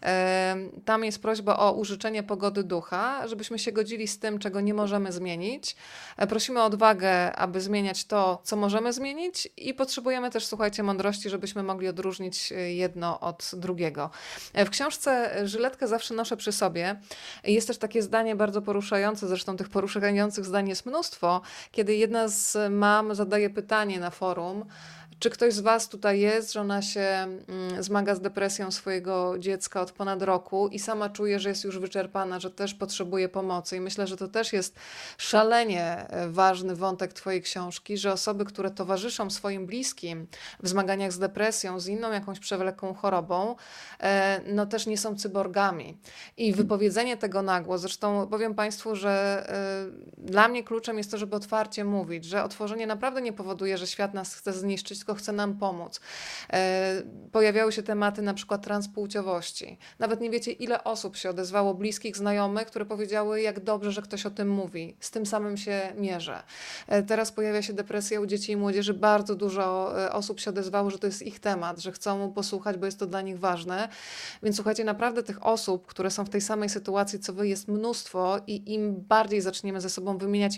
Tam jest prośba o użyczenie pogody ducha, żebyśmy się godzili z tym, czego nie możemy zmienić. Prosimy o odwagę, aby zmieniać to, co możemy zmienić i potrzebujemy też, słuchajcie, mądrości, żebyśmy mogli odróżnić jedno od drugiego. W książce Żyletkę zawsze noszę przy sobie. Jest też takie zdanie bardzo poruszające, zresztą tych poruszających zdań jest mnóstwo, kiedy jedna z mam zadaje pytanie na forum, czy ktoś z Was tutaj jest, że ona się zmaga z depresją swojego dziecka od ponad roku i sama czuje, że jest już wyczerpana, że też potrzebuje pomocy. I myślę, że to też jest szalenie ważny wątek Twojej książki, że osoby, które towarzyszą swoim bliskim w zmaganiach z depresją, z inną jakąś przewlekłą chorobą, no też nie są cyborgami. I wypowiedzenie tego na głos, zresztą powiem Państwu, że dla mnie kluczem jest to, żeby otwarcie mówić, że otworzenie naprawdę nie powoduje, że świat nas chce zniszczyć, tylko chce nam pomóc. Pojawiały się tematy na przykład transpłciowości. Nawet nie wiecie, ile osób się odezwało, bliskich, znajomych, które powiedziały, jak dobrze, że ktoś o tym mówi. Z tym samym się mierzę. Teraz pojawia się depresja u dzieci i młodzieży. Bardzo dużo osób się odezwało, że to jest ich temat, że chcą posłuchać, bo jest to dla nich ważne. Więc słuchajcie, naprawdę tych osób, które są w tej samej sytuacji, co wy, jest mnóstwo i im bardziej zaczniemy ze sobą wymieniać informacje,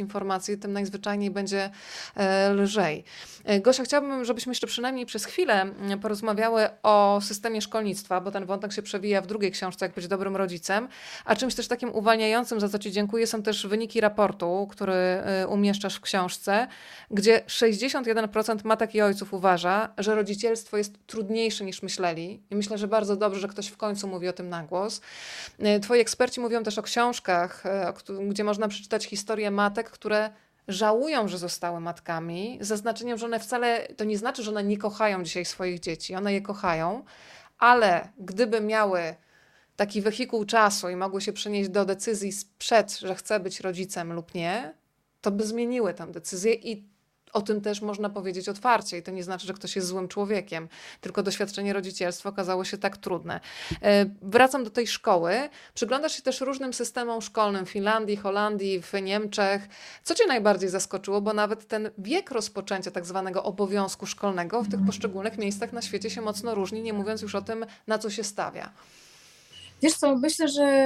sytuacji, tym najzwyczajniej będzie lżej. Gosia, chciałabym, żebyśmy jeszcze przynajmniej przez chwilę porozmawiały o systemie szkolnictwa, bo ten wątek się przewija w drugiej książce, Jak być dobrym rodzicem, a czymś też takim uwalniającym, za co Ci dziękuję, są też wyniki raportu, który umieszczasz w książce, gdzie 61% matek i ojców uważa, że rodzicielstwo jest trudniejsze niż myśleli i myślę, że bardzo dobrze, że ktoś w końcu mówi o tym na głos. Twoi eksperci mówią też o książkach, gdzie można przeczytać historię matek, które żałują, że zostały matkami, z zaznaczeniem, że one wcale, to nie znaczy, że one nie kochają dzisiaj swoich dzieci, one je kochają, ale gdyby miały taki wehikuł czasu i mogły się przenieść do decyzji sprzed, że chce być rodzicem lub nie, to by zmieniły tę decyzję i o tym też można powiedzieć otwarcie. I to nie znaczy, że ktoś jest złym człowiekiem, tylko doświadczenie rodzicielstwa okazało się tak trudne. Wracam do tej szkoły. Przyglądasz się też różnym systemom szkolnym w Finlandii, Holandii, w Niemczech. Co Cię najbardziej zaskoczyło? Bo nawet ten wiek rozpoczęcia tak zwanego obowiązku szkolnego w tych poszczególnych miejscach na świecie się mocno różni, nie mówiąc już o tym, na co się stawia. Wiesz co, myślę, że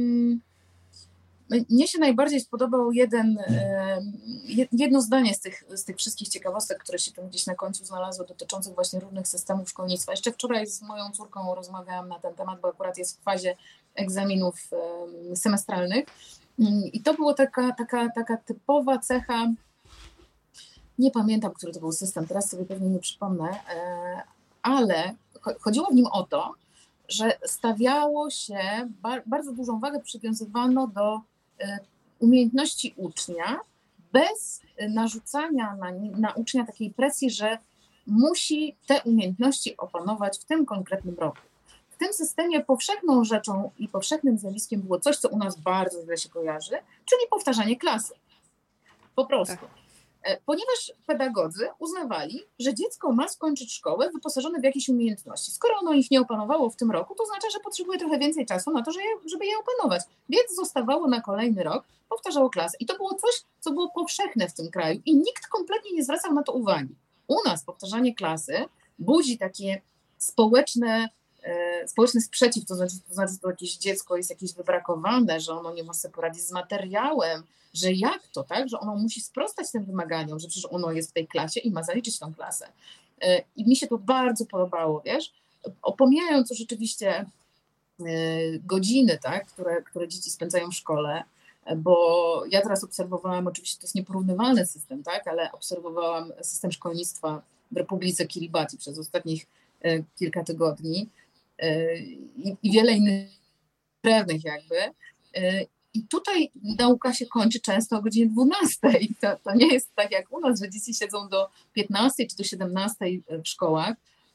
mnie się najbardziej spodobał jedno zdanie z tych wszystkich ciekawostek, które się tam gdzieś na końcu znalazły, dotyczących właśnie różnych systemów szkolnictwa. Jeszcze wczoraj z moją córką rozmawiałam na ten temat, bo akurat jest w fazie egzaminów semestralnych i to była taka typowa cecha, nie pamiętam, który to był system, teraz sobie pewnie nie przypomnę, ale chodziło w nim o to, że stawiało się, bardzo dużą wagę przywiązywano do umiejętności ucznia bez narzucania na ucznia takiej presji, że musi te umiejętności opanować w tym konkretnym roku. W tym systemie powszechną rzeczą i powszechnym zjawiskiem było coś, co u nas bardzo źle się kojarzy, czyli powtarzanie klasy. Po prostu. Tak. Ponieważ pedagodzy uznawali, że dziecko ma skończyć szkołę wyposażone w jakieś umiejętności. Skoro ono ich nie opanowało w tym roku, to oznacza, że potrzebuje trochę więcej czasu na to, żeby je opanować. Więc zostawało na kolejny rok, powtarzało klasę. I to było coś, co było powszechne w tym kraju i nikt kompletnie nie zwracał na to uwagi. U nas powtarzanie klasy budzi takie społeczny sprzeciw, to znaczy, że to jakieś dziecko jest jakieś wybrakowane, że ono nie może sobie poradzić z materiałem, że jak to, tak, że ono musi sprostać tym wymaganiom, że przecież ono jest w tej klasie i ma zaliczyć tą klasę. I mi się to bardzo podobało, wiesz, pomijając rzeczywiście godziny, tak, które dzieci spędzają w szkole, bo ja teraz obserwowałam, oczywiście to jest nieporównywalny system, tak, ale obserwowałam system szkolnictwa w Republice Kiribati przez ostatnich kilka tygodni i wiele innych krewnych jakby. I tutaj nauka się kończy często o godzinie 12. To nie jest tak jak u nas, że dzieci siedzą do 15 czy do 17 w szkołach.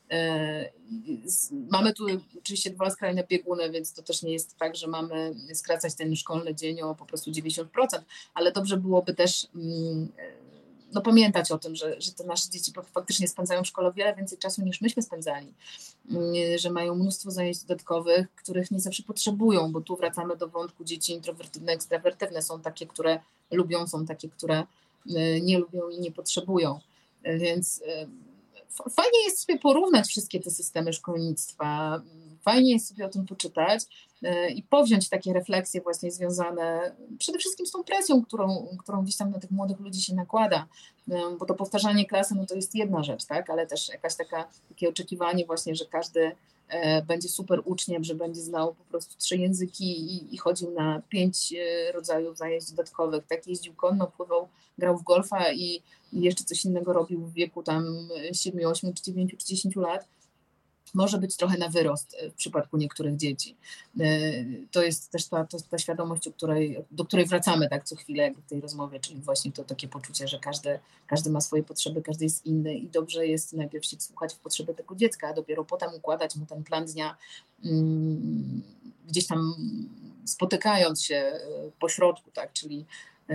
Mamy tu oczywiście dwa skrajne bieguny, więc to też nie jest tak, że mamy skracać ten szkolny dzień o po prostu 90%, ale dobrze byłoby też pamiętać o tym, że te nasze dzieci faktycznie spędzają w szkole wiele więcej czasu niż myśmy spędzali, że mają mnóstwo zajęć dodatkowych, których nie zawsze potrzebują, bo tu wracamy do wątku dzieci introwertywne, ekstrawertywne. Są takie, które lubią, są takie, które nie lubią i nie potrzebują. Więc fajnie jest sobie porównać wszystkie te systemy szkolnictwa, fajnie jest sobie o tym poczytać i powziąć takie refleksje właśnie związane przede wszystkim z tą presją, którą gdzieś tam na tych młodych ludzi się nakłada, bo to powtarzanie klasy, to jest jedna rzecz, tak, ale też jakaś takie oczekiwanie właśnie, że każdy będzie super uczniem, że będzie znał po prostu 3 języki i chodził na 5 rodzajów zajęć dodatkowych, tak, jeździł konno, pływał, grał w golfa i jeszcze coś innego robił w wieku tam 7, 8, czy 9, czy 10 lat, może być trochę na wyrost w przypadku niektórych dzieci. To jest też ta świadomość, do której wracamy tak co chwilę w tej rozmowie, czyli właśnie to takie poczucie, że każdy ma swoje potrzeby, każdy jest inny i dobrze jest najpierw się wsłuchać w potrzeby tego dziecka, a dopiero potem układać mu ten plan dnia gdzieś tam spotykając się po środku, tak, czyli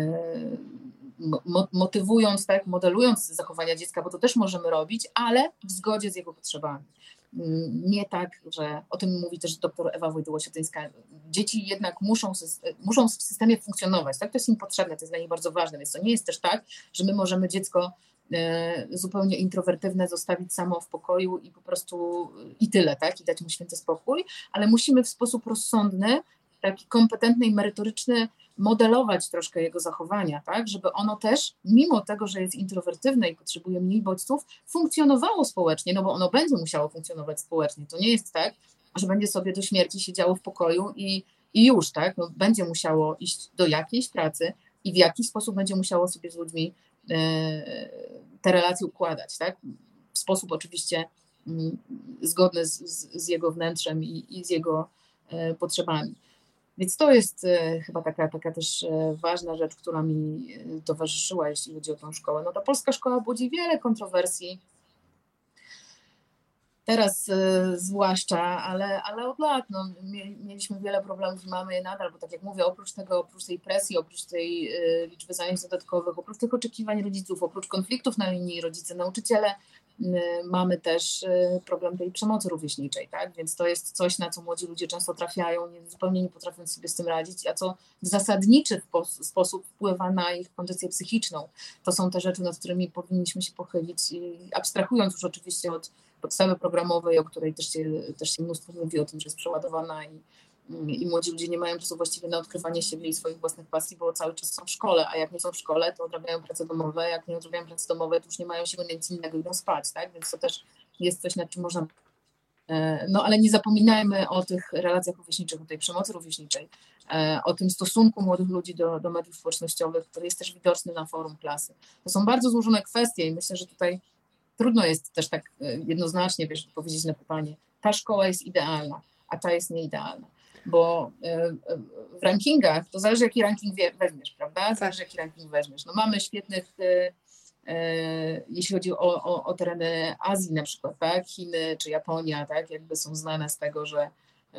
motywując, tak, modelując zachowania dziecka, bo to też możemy robić, ale w zgodzie z jego potrzebami. Nie tak, że o tym mówi też dr Ewa Wojtyła-Sietyńska. Dzieci jednak muszą w systemie funkcjonować, tak? To jest im potrzebne, to jest dla nich bardzo ważne, więc to nie jest też tak, że my możemy dziecko zupełnie introwertywne zostawić samo w pokoju i po prostu i tyle, tak? I dać mu święty spokój, ale musimy w sposób rozsądny, taki kompetentny i merytoryczny modelować troszkę jego zachowania, tak, żeby ono też, mimo tego, że jest introwertywne i potrzebuje mniej bodźców, funkcjonowało społecznie, no bo ono będzie musiało funkcjonować społecznie. To nie jest tak, że będzie sobie do śmierci siedziało w pokoju i już, tak, no, będzie musiało iść do jakiejś pracy i w jakiś sposób będzie musiało sobie z ludźmi te relacje układać, tak, w sposób oczywiście zgodny z jego wnętrzem i z jego potrzebami. Więc to jest chyba taka też ważna rzecz, która mi towarzyszyła, jeśli chodzi o tą szkołę. No ta polska szkoła budzi wiele kontrowersji, teraz zwłaszcza, ale od lat no, mieliśmy wiele problemów i mamy je nadal, bo tak jak mówię, oprócz tej presji, oprócz tej liczby zajęć dodatkowych, oprócz tych oczekiwań rodziców, oprócz konfliktów na linii rodzice-nauczyciele, mamy też problem tej przemocy rówieśniczej, tak? Więc to jest coś, na co młodzi ludzie często trafiają, zupełnie nie potrafiąc sobie z tym radzić, a co w zasadniczy sposób wpływa na ich kondycję psychiczną. To są te rzeczy, nad którymi powinniśmy się pochylić, abstrahując już oczywiście od podstawy programowej, o której też się mnóstwo mówi o tym, że jest przeładowana i młodzi ludzie nie mają czasu właściwie na odkrywanie siebie i swoich własnych pasji, bo cały czas są w szkole, a jak nie są w szkole, to odrabiają prace domowe, jak nie odrabiają pracy domowe, to już nie mają siły na nic innego, idą spać, tak? Więc to też jest coś, nad czym można... No ale nie zapominajmy o tych relacjach rówieśniczych, o tej przemocy rówieśniczej, o tym stosunku młodych ludzi do mediów społecznościowych, który jest też widoczny na forum klasy. To są bardzo złożone kwestie i myślę, że tutaj trudno jest też tak jednoznacznie, odpowiedzieć na pytanie, ta szkoła jest idealna, a ta jest nieidealna. Bo w rankingach, to zależy jaki ranking weźmiesz, prawda? Zależy jaki ranking weźmiesz. No mamy świetnych, jeśli chodzi o tereny Azji na przykład, tak? Chiny czy Japonia, tak? Jakby są znane z tego, że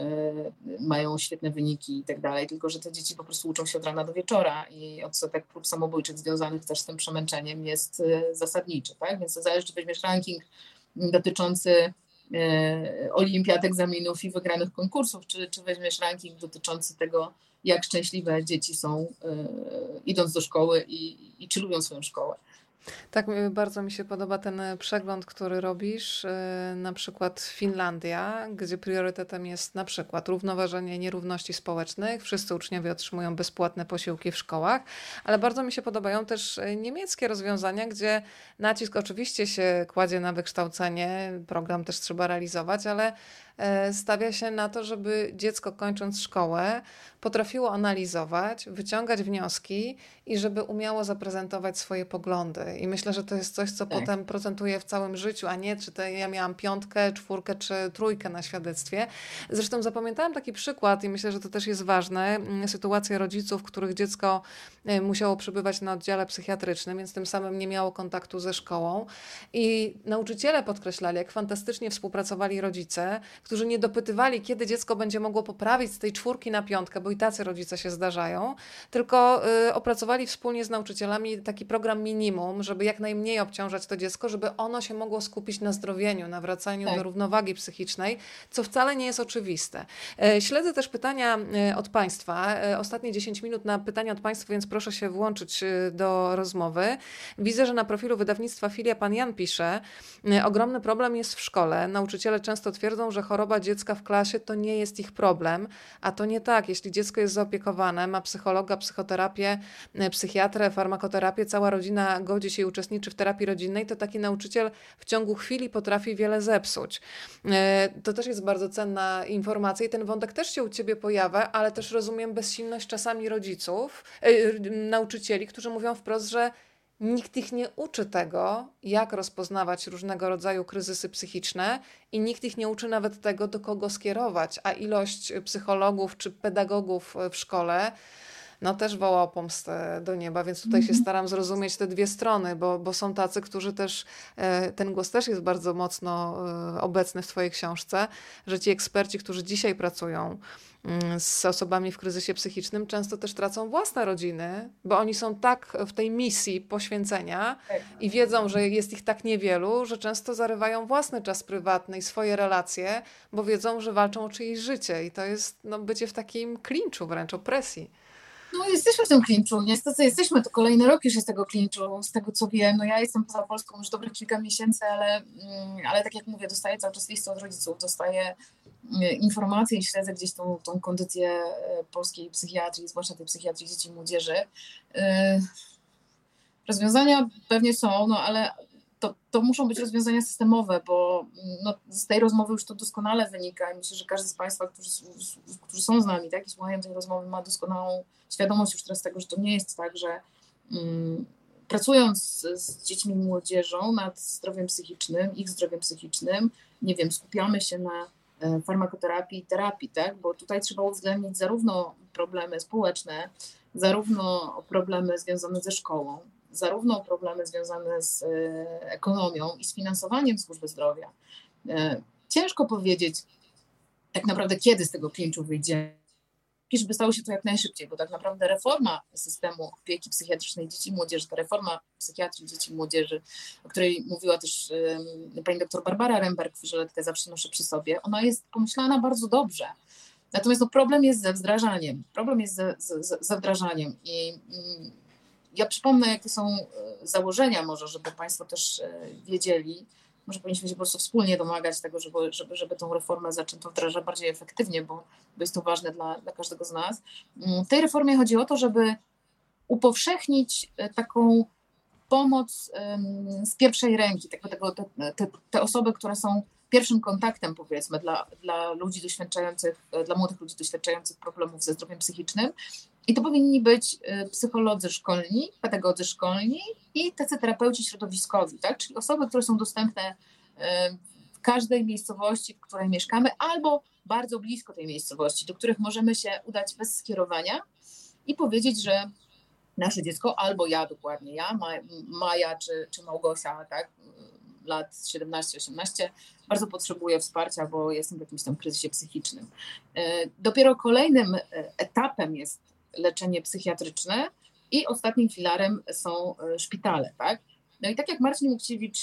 mają świetne wyniki i tak dalej, tylko że te dzieci po prostu uczą się od rana do wieczora i odsetek prób samobójczych związanych też z tym przemęczeniem jest zasadniczy, tak? Więc to zależy, czy weźmiesz ranking dotyczący olimpiad, egzaminów i wygranych konkursów, czy weźmiesz ranking dotyczący tego, jak szczęśliwe dzieci są idąc do szkoły i czy lubią swoją szkołę. Tak, bardzo mi się podoba ten przegląd, który robisz, na przykład Finlandia, gdzie priorytetem jest na przykład równoważenie nierówności społecznych. Wszyscy uczniowie otrzymują bezpłatne posiłki w szkołach, ale bardzo mi się podobają też niemieckie rozwiązania, gdzie nacisk oczywiście się kładzie na wykształcenie, program też trzeba realizować, ale stawia się na to, żeby dziecko kończąc szkołę potrafiło analizować, wyciągać wnioski i żeby umiało zaprezentować swoje poglądy. I myślę, że to jest coś, co potem procentuje w całym życiu, a nie czy ja miałam 5, 4 czy 3 na świadectwie. Zresztą zapamiętałam taki przykład i myślę, że to też jest ważne. Sytuacja rodziców, których dziecko musiało przebywać na oddziale psychiatrycznym, więc tym samym nie miało kontaktu ze szkołą. I nauczyciele podkreślali, jak fantastycznie współpracowali rodzice, którzy nie dopytywali, kiedy dziecko będzie mogło poprawić z tej 4 na 5, bo i tacy rodzice się zdarzają, tylko opracowali wspólnie z nauczycielami taki program minimum, żeby jak najmniej obciążać to dziecko, żeby ono się mogło skupić na zdrowieniu, na wracaniu do równowagi psychicznej, co wcale nie jest oczywiste. Śledzę też pytania od Państwa. Ostatnie 10 minut na pytania od Państwa, więc proszę się włączyć do rozmowy. Widzę, że na profilu wydawnictwa Filia pan Jan pisze, ogromny problem jest w szkole. Nauczyciele często twierdzą, że choroba dziecka w klasie to nie jest ich problem, a to nie tak. Jeśli dziecko jest zaopiekowane, ma psychologa, psychoterapię, psychiatrę, farmakoterapię, cała rodzina godzi się i uczestniczy w terapii rodzinnej, to taki nauczyciel w ciągu chwili potrafi wiele zepsuć. To też jest bardzo cenna informacja i ten wątek też się u Ciebie pojawia, ale też rozumiem bezsilność czasami rodziców, nauczycieli, którzy mówią wprost, że nikt ich nie uczy tego, jak rozpoznawać różnego rodzaju kryzysy psychiczne i nikt ich nie uczy nawet tego, do kogo skierować, a ilość psychologów czy pedagogów w szkole no też woła o pomstę do nieba, więc tutaj się staram zrozumieć te dwie strony, bo są tacy, którzy też, ten głos też jest bardzo mocno obecny w Twojej książce, że ci eksperci, którzy dzisiaj pracują z osobami w kryzysie psychicznym, często też tracą własne rodziny, bo oni są tak w tej misji poświęcenia i wiedzą, że jest ich tak niewielu, że często zarywają własny czas prywatny i swoje relacje, bo wiedzą, że walczą o czyjeś życie i to jest bycie w takim klinczu, wręcz opresji. No jesteśmy w tym klinczu, niestety jesteśmy, to kolejny rok już jest tego klinczu, z tego co wiem, no ja jestem poza Polską już dobrych kilka miesięcy, ale tak jak mówię, dostaję cały czas listy od rodziców, dostaję informacje i śledzę gdzieś tą kondycję polskiej psychiatrii, zwłaszcza tej psychiatrii dzieci i młodzieży. Rozwiązania pewnie są, no ale to muszą być rozwiązania systemowe, bo no, z tej rozmowy już to doskonale wynika i myślę, że każdy z Państwa, którzy są z nami, tak, i słuchają tej rozmowy, ma doskonałą świadomość już teraz tego, że to nie jest tak, że pracując z dziećmi i młodzieżą nad zdrowiem psychicznym, ich zdrowiem psychicznym, nie wiem, skupiamy się na farmakoterapii i terapii, tak, bo tutaj trzeba uwzględnić zarówno problemy społeczne, zarówno problemy związane ze szkołą, zarówno problemy związane z ekonomią i z finansowaniem służby zdrowia. Ciężko powiedzieć tak naprawdę, kiedy z tego klinczu wyjdzie, żeby stało się to jak najszybciej, bo tak naprawdę reforma systemu opieki psychiatrycznej dzieci i młodzieży, ta reforma psychiatrii dzieci i młodzieży, o której mówiła też pani doktor Barbara Remberg, żyletkę zawsze noszę przy sobie, ona jest pomyślana bardzo dobrze. Natomiast no, problem jest ze wdrażaniem. Ze wdrażaniem i ja przypomnę, jakie są założenia może, żeby Państwo też wiedzieli. Może powinniśmy się po prostu wspólnie domagać tego, żeby tą reformę zaczęto wdrażać bardziej efektywnie, bo jest to ważne dla każdego z nas. W tej reformie chodzi o to, żeby upowszechnić taką pomoc z pierwszej ręki, te osoby, które są pierwszym kontaktem, powiedzmy, dla ludzi doświadczających, dla młodych ludzi doświadczających problemów ze zdrowiem psychicznym. I to powinni być psycholodzy szkolni, pedagodzy szkolni i tacy terapeuci środowiskowi, tak? Czyli osoby, które są dostępne w każdej miejscowości, w której mieszkamy, albo bardzo blisko tej miejscowości, do których możemy się udać bez skierowania i powiedzieć, że nasze dziecko, albo ja dokładnie, Maja czy Małgosia, tak, lat 17-18, bardzo potrzebuje wsparcia, bo jestem w jakimś tam kryzysie psychicznym. Dopiero kolejnym etapem jest leczenie psychiatryczne i ostatnim filarem są szpitale, tak? No i tak jak Marcin Łukciewicz,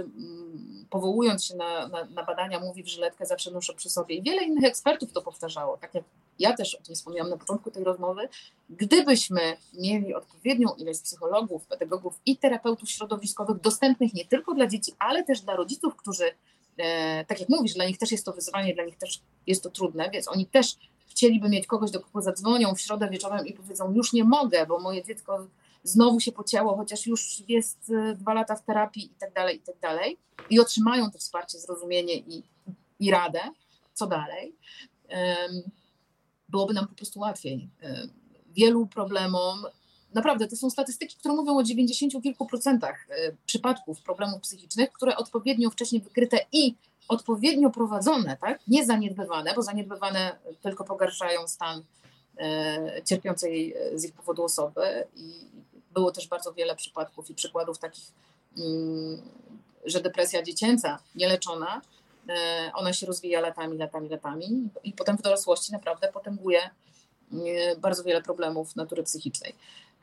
powołując się na badania, mówi, w żyletkę zawsze noszę przy sobie i wiele innych ekspertów to powtarzało, tak jak ja też o tym wspomniałam na początku tej rozmowy, gdybyśmy mieli odpowiednią ilość psychologów, pedagogów i terapeutów środowiskowych dostępnych nie tylko dla dzieci, ale też dla rodziców, którzy, tak jak mówisz, dla nich też jest to wyzwanie, dla nich też jest to trudne, więc oni też chcieliby mieć kogoś, do kogo zadzwonią w środę wieczorem i powiedzą, już nie mogę, bo moje dziecko znowu się pocięło, chociaż już jest 2 lata w terapii i tak dalej, i otrzymają to wsparcie, zrozumienie i radę, co dalej, byłoby nam po prostu łatwiej. Wielu problemom, naprawdę to są statystyki, które mówią o 90 kilku procentach przypadków problemów psychicznych, które odpowiednio wcześniej wykryte i odpowiednio prowadzone, tak? Nie zaniedbywane, bo zaniedbywane tylko pogarszają stan cierpiącej z ich powodu osoby i było też bardzo wiele przypadków i przykładów takich, że depresja dziecięca nieleczona, ona się rozwija latami i potem w dorosłości naprawdę potęguje bardzo wiele problemów natury psychicznej.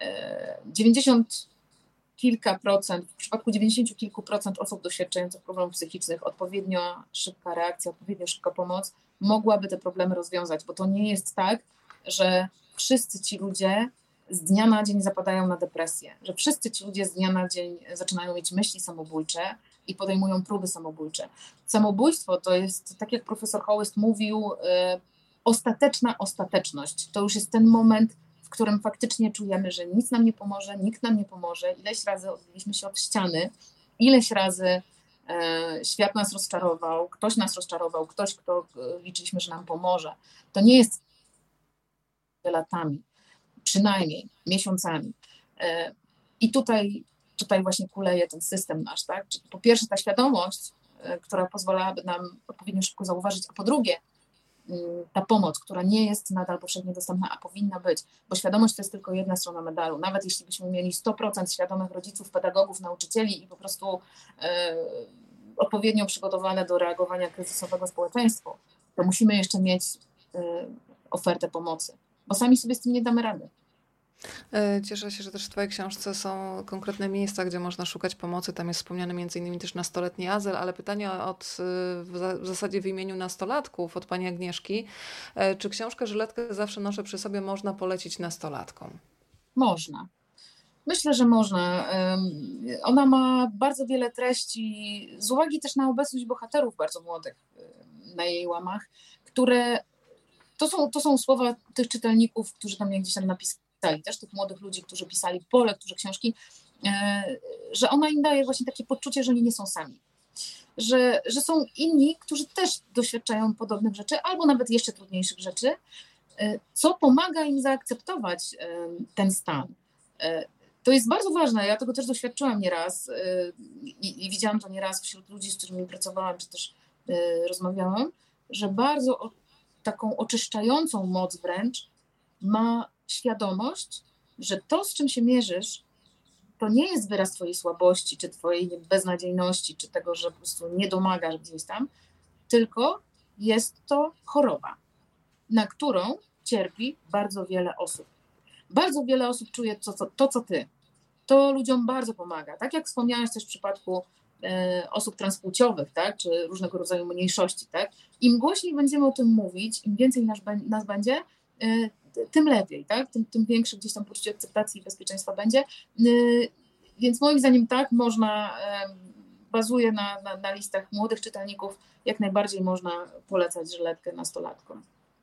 90 kilka procent, w przypadku 90 kilku procent osób doświadczających problemów psychicznych odpowiednio szybka reakcja, odpowiednio szybka pomoc mogłaby te problemy rozwiązać, bo to nie jest tak, że wszyscy ci ludzie z dnia na dzień zapadają na depresję, że wszyscy ci ludzie z dnia na dzień zaczynają mieć myśli samobójcze i podejmują próby samobójcze. Samobójstwo to jest, tak jak profesor Hołyst mówił, ostateczna ostateczność. To już jest ten moment, w którym faktycznie czujemy, że nic nam nie pomoże, nikt nam nie pomoże. Ileś razy odbiliśmy się od ściany, ileś razy świat nas rozczarował, ktoś, kto liczyliśmy, że nam pomoże. To nie jest latami, przynajmniej miesiącami. I tutaj właśnie kuleje ten system nasz, tak? Czyli po pierwsze ta świadomość, która pozwalałaby nam odpowiednio szybko zauważyć, a po drugie ta pomoc, która nie jest nadal powszechnie dostępna, a powinna być, bo świadomość to jest tylko jedna strona medalu. Nawet jeśli byśmy mieli 100% świadomych rodziców, pedagogów, nauczycieli i po prostu odpowiednio przygotowane do reagowania kryzysowego społeczeństwo, to musimy jeszcze mieć ofertę pomocy, bo sami sobie z tym nie damy rady. Cieszę się, że też w Twojej książce są konkretne miejsca, gdzie można szukać pomocy. Tam jest wspomniany m.in. też nastoletni azyl, ale pytanie w zasadzie w imieniu nastolatków od pani Agnieszki. Czy książkę Żyletkę zawsze noszę przy sobie można polecić nastolatkom? Można. Myślę, że można. Ona ma bardzo wiele treści, z uwagi też na obecność bohaterów bardzo młodych na jej łamach, które to są słowa tych czytelników, którzy tam mnie gdzieś tam napisali, też tych młodych ludzi, którzy pisali po lekturze książki, że ona im daje właśnie takie poczucie, że oni nie są sami. Że są inni, którzy też doświadczają podobnych rzeczy, albo nawet jeszcze trudniejszych rzeczy, co pomaga im zaakceptować ten stan. To jest bardzo ważne, ja tego też doświadczyłam nieraz i widziałam to nieraz wśród ludzi, z którymi pracowałam, czy też rozmawiałam, że bardzo taką oczyszczającą moc wręcz ma świadomość, że to, z czym się mierzysz, to nie jest wyraz twojej słabości, czy twojej beznadziejności, czy tego, że po prostu nie domagasz gdzieś tam, tylko jest to choroba, na którą cierpi bardzo wiele osób. Bardzo wiele osób czuje to, co ty. To ludziom bardzo pomaga. Tak jak wspomniałaś też w przypadku osób transpłciowych, tak, czy różnego rodzaju mniejszości. Tak? Im głośniej będziemy o tym mówić, im więcej nas będzie, tym lepiej, tak? Tym większe gdzieś tam poczucie akceptacji i bezpieczeństwa będzie. Więc moim zdaniem tak, można, bazuje na listach młodych czytelników, jak najbardziej można polecać żyletkę nastolatkom.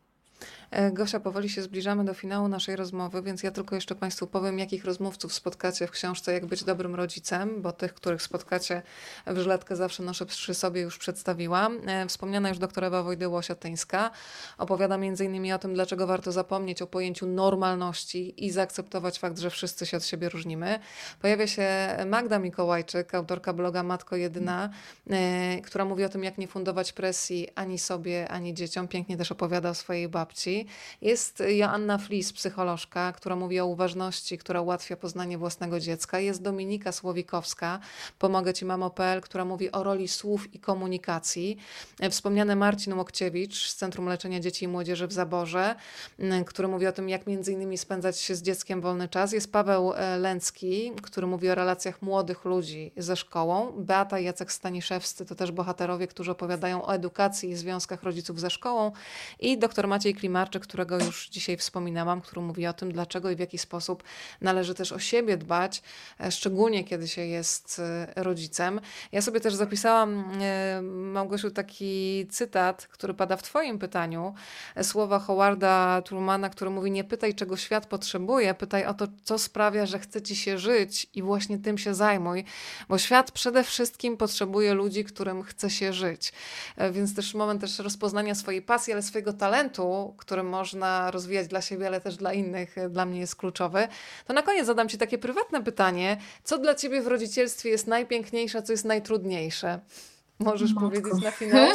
Gosia, powoli się zbliżamy do finału naszej rozmowy, więc ja tylko jeszcze Państwu powiem, jakich rozmówców spotkacie w książce Jak być dobrym rodzicem, bo tych, których spotkacie w żyletkę zawsze noszę przy sobie, już przedstawiłam. Wspomniana już doktor Ewa Wojdyło-Siatyńska opowiada m.in. o tym, dlaczego warto zapomnieć o pojęciu normalności i zaakceptować fakt, że wszyscy się od siebie różnimy. Pojawia się Magda Mikołajczyk, autorka bloga Matko Jedyna, która mówi o tym, jak nie fundować presji ani sobie, ani dzieciom. Pięknie też opowiada o swojej babci. Jest Joanna Flis, psycholożka, która mówi o uważności, która ułatwia poznanie własnego dziecka. Jest Dominika Słowikowska, Pomogę Ci Mamo.pl, która mówi o roli słów i komunikacji. Wspomniany Marcin Łokciewicz z Centrum Leczenia Dzieci i Młodzieży w Zaborze, który mówi o tym, jak między innymi spędzać się z dzieckiem wolny czas. Jest Paweł Lęcki, który mówi o relacjach młodych ludzi ze szkołą. Beata i Jacek Staniszewscy to też bohaterowie, którzy opowiadają o edukacji i związkach rodziców ze szkołą. I dr Maciej Klimarczyk, którego już dzisiaj wspominałam, który mówi o tym, dlaczego i w jaki sposób należy też o siebie dbać, szczególnie kiedy się jest rodzicem. Ja sobie też zapisałam, Małgosiu, taki cytat, który pada w Twoim pytaniu, słowa Howarda Trumana, który mówi: nie pytaj, czego świat potrzebuje, pytaj o to, co sprawia, że chce Ci się żyć i właśnie tym się zajmuj, bo świat przede wszystkim potrzebuje ludzi, którym chce się żyć. Więc też moment też rozpoznania swojej pasji, ale swojego talentu, który można rozwijać dla siebie, ale też dla innych, dla mnie jest kluczowy. To na koniec zadam Ci takie prywatne pytanie. Co dla Ciebie w rodzicielstwie jest najpiękniejsze, co jest najtrudniejsze? Możesz powiedzieć na finał?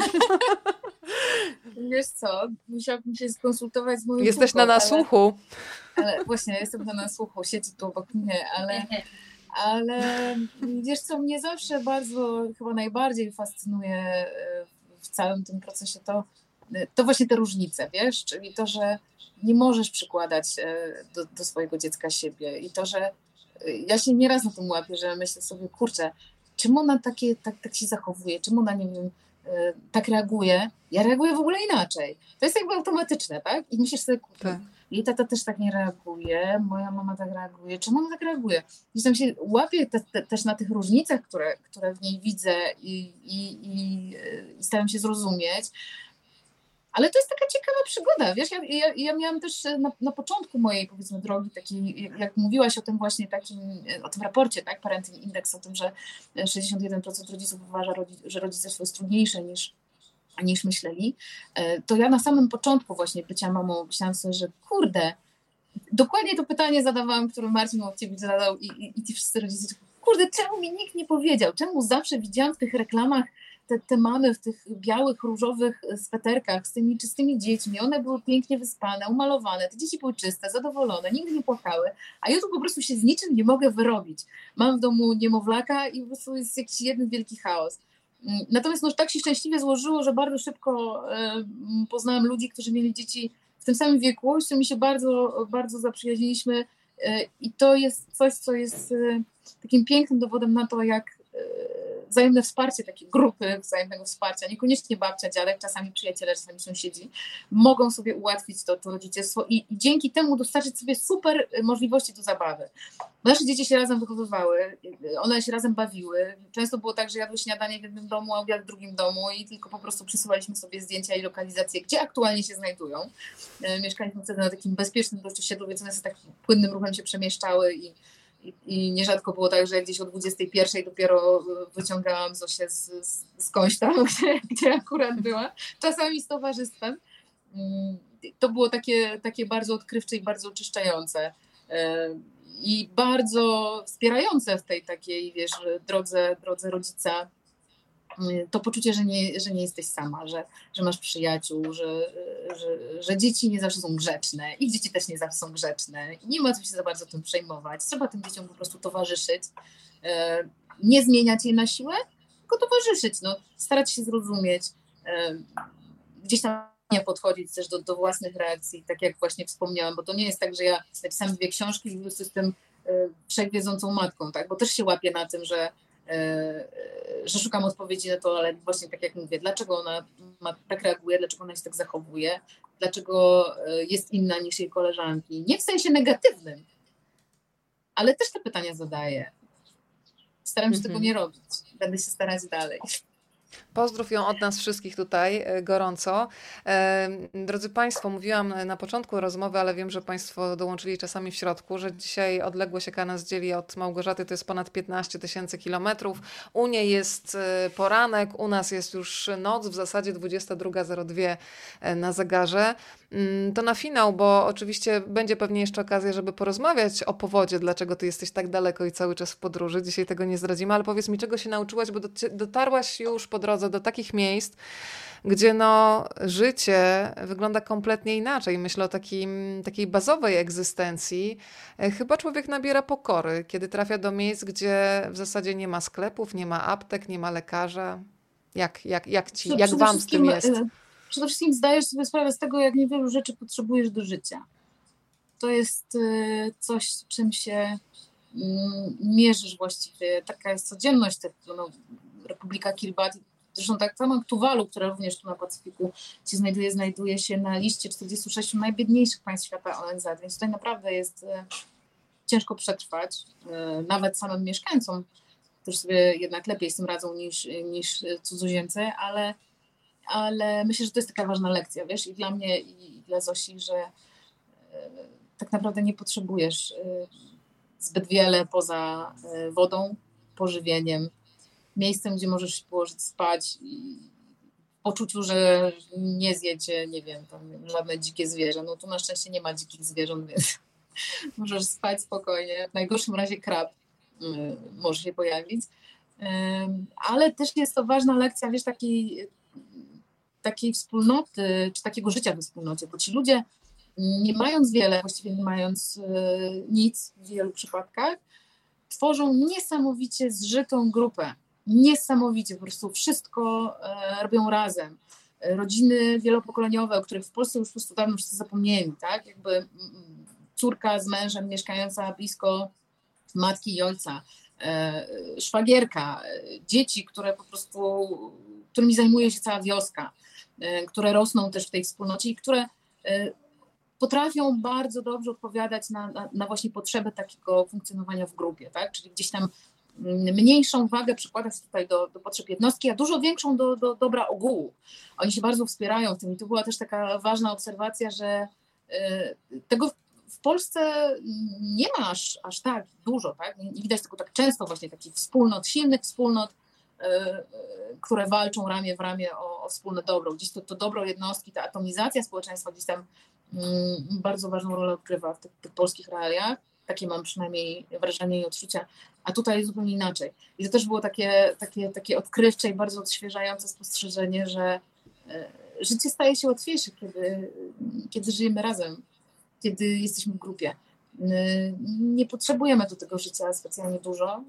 Wiesz co, musiałabym się skonsultować z moim Jesteś córką, na nasłuchu. ale właśnie, jestem na nasłuchu, siedzi tu obok mnie, ale wiesz co, mnie zawsze bardzo, chyba najbardziej fascynuje w całym tym procesie to właśnie te różnice, wiesz, czyli to, że nie możesz przykładać do swojego dziecka siebie i to, że ja się nieraz na tym łapię, że myślę sobie, kurczę, czym ona tak się zachowuje, czym ona, nie wiem, tak reaguje. Ja reaguję w ogóle inaczej. To jest jakby automatyczne, tak? I myślisz sobie, kurczę, jej tata też tak nie reaguje, moja mama tak reaguje, czemu ona tak reaguje? Gdzieś tam się łapię też na tych różnicach, które w niej widzę i staram się zrozumieć. Ale to jest taka ciekawa przygoda, wiesz, ja miałam też na początku mojej, powiedzmy, drogi takiej, jak mówiłaś o tym właśnie o tym raporcie, tak, Parenting Index, o tym, że 61% rodziców uważa, że rodzicielstwo jest trudniejsze niż myśleli, to ja na samym początku właśnie bycia mamą myślałam sobie, że kurde, dokładnie to pytanie zadawałam, które Marcin Łokciewicz zadał i ci wszyscy rodzice, kurde, czemu mi nikt nie powiedział, czemu zawsze widziałam w tych reklamach te mamy w tych białych, różowych sweterkach z tymi czystymi dziećmi, one były pięknie wyspane, umalowane, te dzieci były czyste, zadowolone, nigdy nie płakały, a ja tu po prostu się z niczym nie mogę wyrobić. Mam w domu niemowlaka i po prostu jest jakiś jeden wielki chaos. Natomiast no, tak się szczęśliwie złożyło, że bardzo szybko poznałam ludzi, którzy mieli dzieci w tym samym wieku, z którymi się bardzo, bardzo zaprzyjaźniliśmy i to jest coś, co jest takim pięknym dowodem na to, jak wzajemne wsparcie, takie grupy wzajemnego wsparcia, niekoniecznie babcia, dziadek, czasami przyjaciele, czasami sąsiedzi, mogą sobie ułatwić to rodzicielstwo i dzięki temu dostarczyć sobie super możliwości do zabawy. Nasze dzieci się razem wychowywały, one się razem bawiły. Często było tak, że jadły śniadanie w jednym domu, a obiad w drugim domu i tylko po prostu przesyłaliśmy sobie zdjęcia i lokalizacje, gdzie aktualnie się znajdują. Mieszkaliśmy wtedy na takim bezpiecznym dość osiedlu, więc one z takim płynnym ruchem się przemieszczały i nierzadko było tak, że jak gdzieś o 21 dopiero wyciągałam Zosię skądś tam, gdzie akurat była, czasami z towarzystwem. To było takie bardzo odkrywcze i bardzo oczyszczające. I bardzo wspierające w tej takiej, wiesz, drodze rodzica, to poczucie, że nie jesteś sama, że masz przyjaciół, że dzieci nie zawsze są grzeczne i dzieci też nie zawsze są grzeczne. I nie ma co się za bardzo tym przejmować. Trzeba tym dzieciom po prostu towarzyszyć, nie zmieniać je na siłę, tylko towarzyszyć, no, starać się zrozumieć, gdzieś tam nie podchodzić też do własnych reakcji, tak jak właśnie wspomniałam, bo to nie jest tak, że ja napisałam 2 książki i po prostu jestem wszechwiedzącą matką, tak? Bo też się łapię na tym, że szukam odpowiedzi na to, ale właśnie tak jak mówię, dlaczego ona tak reaguje, dlaczego ona się tak zachowuje, dlaczego jest inna niż jej koleżanki. Nie w sensie negatywnym, ale też te pytania zadaję. Staram się tego nie robić. Będę się starać dalej. Pozdrów ją od nas wszystkich tutaj gorąco. Drodzy Państwo, mówiłam na początku rozmowy, ale wiem, że Państwo dołączyli czasami w środku, że dzisiaj odległość, jaka nas dzieli od Małgorzaty, to jest ponad 15 000 kilometrów. U niej jest poranek, u nas jest już noc, w zasadzie 22:02 na zegarze. To na finał, bo oczywiście będzie pewnie jeszcze okazja, żeby porozmawiać o powodzie, dlaczego ty jesteś tak daleko i cały czas w podróży. Dzisiaj tego nie zdradzimy, ale powiedz mi, czego się nauczyłaś, bo dotarłaś już po drodze do takich miejsc, gdzie no, życie wygląda kompletnie inaczej. Myślę o takiej bazowej egzystencji. Chyba człowiek nabiera pokory, kiedy trafia do miejsc, gdzie w zasadzie nie ma sklepów, nie ma aptek, nie ma lekarza. Jak wam z tym jest? Przede wszystkim zdajesz sobie sprawę z tego, jak niewielu rzeczy potrzebujesz do życia. To jest coś, czym się mierzysz właściwie. Taka jest codzienność. Republika Kiribati, zresztą tak samo jak Tuwalu, która również tu na Pacyfiku się znajduje się na liście 46 najbiedniejszych państw świata ONZ, więc tutaj naprawdę jest ciężko przetrwać, nawet samym mieszkańcom, którzy sobie jednak lepiej z tym radzą niż cudzoziemcy, ale myślę, że to jest taka ważna lekcja, wiesz, i dla mnie, i dla Zosi, że tak naprawdę nie potrzebujesz zbyt wiele poza wodą, pożywieniem, miejscem, gdzie możesz się położyć spać i w poczuciu, że nie zjecie, nie wiem, tam żadne dzikie zwierzę. No tu na szczęście nie ma dzikich zwierząt, więc możesz spać spokojnie. W najgorszym razie krab może się pojawić. Ale też jest to ważna lekcja, wiesz, takiej wspólnoty, czy takiego życia we wspólnocie, bo ci ludzie, nie mając wiele, właściwie nie mając nic w wielu przypadkach, tworzą niesamowicie zżytą grupę. Niesamowicie, po prostu wszystko robią razem. Rodziny wielopokoleniowe, o których w Polsce już po prostu dawno wszyscy zapomnieli, tak? Jakby córka z mężem mieszkająca blisko matki i ojca, szwagierka, dzieci, które po prostu, którymi zajmuje się cała wioska, które rosną też w tej wspólnocie i które potrafią bardzo dobrze odpowiadać na właśnie potrzeby takiego funkcjonowania w grupie, tak? Czyli gdzieś tam mniejszą wagę przykłada się tutaj do potrzeb jednostki, a dużo większą do dobra ogółu. Oni się bardzo wspierają w tym i to była też taka ważna obserwacja, że tego w Polsce nie ma aż tak dużo, tak? Nie widać tego tak często właśnie takich wspólnot, silnych wspólnot, które walczą ramię w ramię o wspólne dobro. Gdzieś to dobro jednostki, ta atomizacja społeczeństwa gdzieś tam bardzo ważną rolę odgrywa w tych polskich realiach. Takie mam przynajmniej wrażenie i odczucia, a tutaj jest zupełnie inaczej. I to też było takie odkrywcze i bardzo odświeżające spostrzeżenie, że życie staje się łatwiejsze, kiedy żyjemy razem, kiedy jesteśmy w grupie. Nie potrzebujemy do tego życia specjalnie dużo,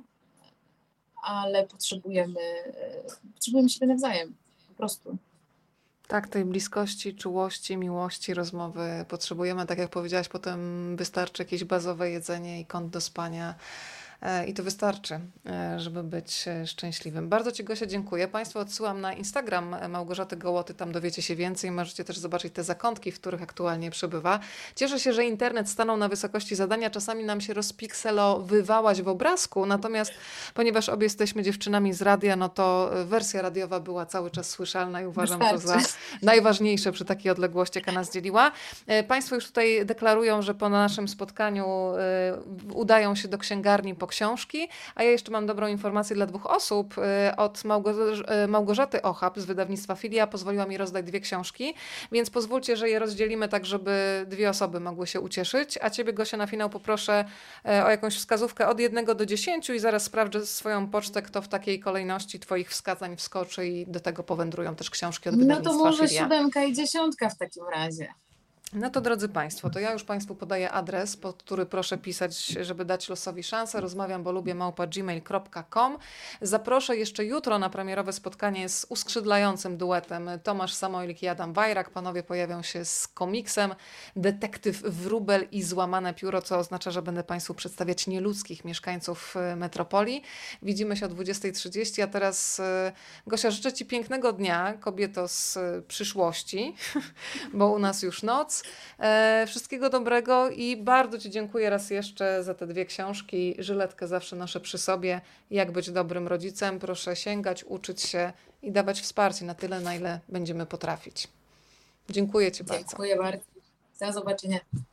ale potrzebujemy siebie nawzajem, po prostu. Tak, tej bliskości, czułości, miłości, rozmowy potrzebujemy. Tak jak powiedziałaś, potem wystarczy jakieś bazowe jedzenie i kąt do spania. I to wystarczy, żeby być szczęśliwym. Bardzo Ci, Gosia, dziękuję. Państwu odsyłam na Instagram Małgorzaty Gołoty, tam dowiecie się więcej. Możecie też zobaczyć te zakątki, w których aktualnie przebywa. Cieszę się, że internet stanął na wysokości zadania. Czasami nam się rozpikselowywałaś w obrazku, natomiast ponieważ obie jesteśmy dziewczynami z radia, no to wersja radiowa była cały czas słyszalna i uważam to za najważniejsze przy takiej odległości, jaka nas dzieliła. Państwo już tutaj deklarują, że po naszym spotkaniu udają się do księgarni po książki, a ja jeszcze mam dobrą informację dla 2 osób. Od Małgorzaty Ochab z wydawnictwa Filia pozwoliła mi rozdać 2 książki, więc pozwólcie, że je rozdzielimy tak, żeby 2 osoby mogły się ucieszyć, a Ciebie, Gosia, na finał poproszę o jakąś wskazówkę od 1 do 10 i zaraz sprawdzę swoją pocztę, kto w takiej kolejności Twoich wskazań wskoczy i do tego powędrują też książki od wydawnictwa No to może Filia. 7 i 10 w takim razie. No to drodzy Państwo, to ja już Państwu podaję adres, pod który proszę pisać, żeby dać losowi szansę. Rozmawiam, bo lubię @gmail.com. Zaproszę jeszcze jutro na premierowe spotkanie z uskrzydlającym duetem Tomasz Samoilik i Adam Wajrak. Panowie pojawią się z komiksem Detektyw Wróbel i Złamane Pióro, co oznacza, że będę Państwu przedstawiać nieludzkich mieszkańców metropolii. Widzimy się o 20:30, a teraz Gosia, życzę Ci pięknego dnia, kobieto z przyszłości, bo u nas już noc. Wszystkiego dobrego i bardzo Ci dziękuję raz jeszcze za te 2 książki. Żyletkę zawsze noszę przy sobie. Jak być dobrym rodzicem? Proszę sięgać, uczyć się i dawać wsparcie na tyle, na ile będziemy potrafić. Dziękuję Ci bardzo. Dziękuję bardzo. Do zobaczenia.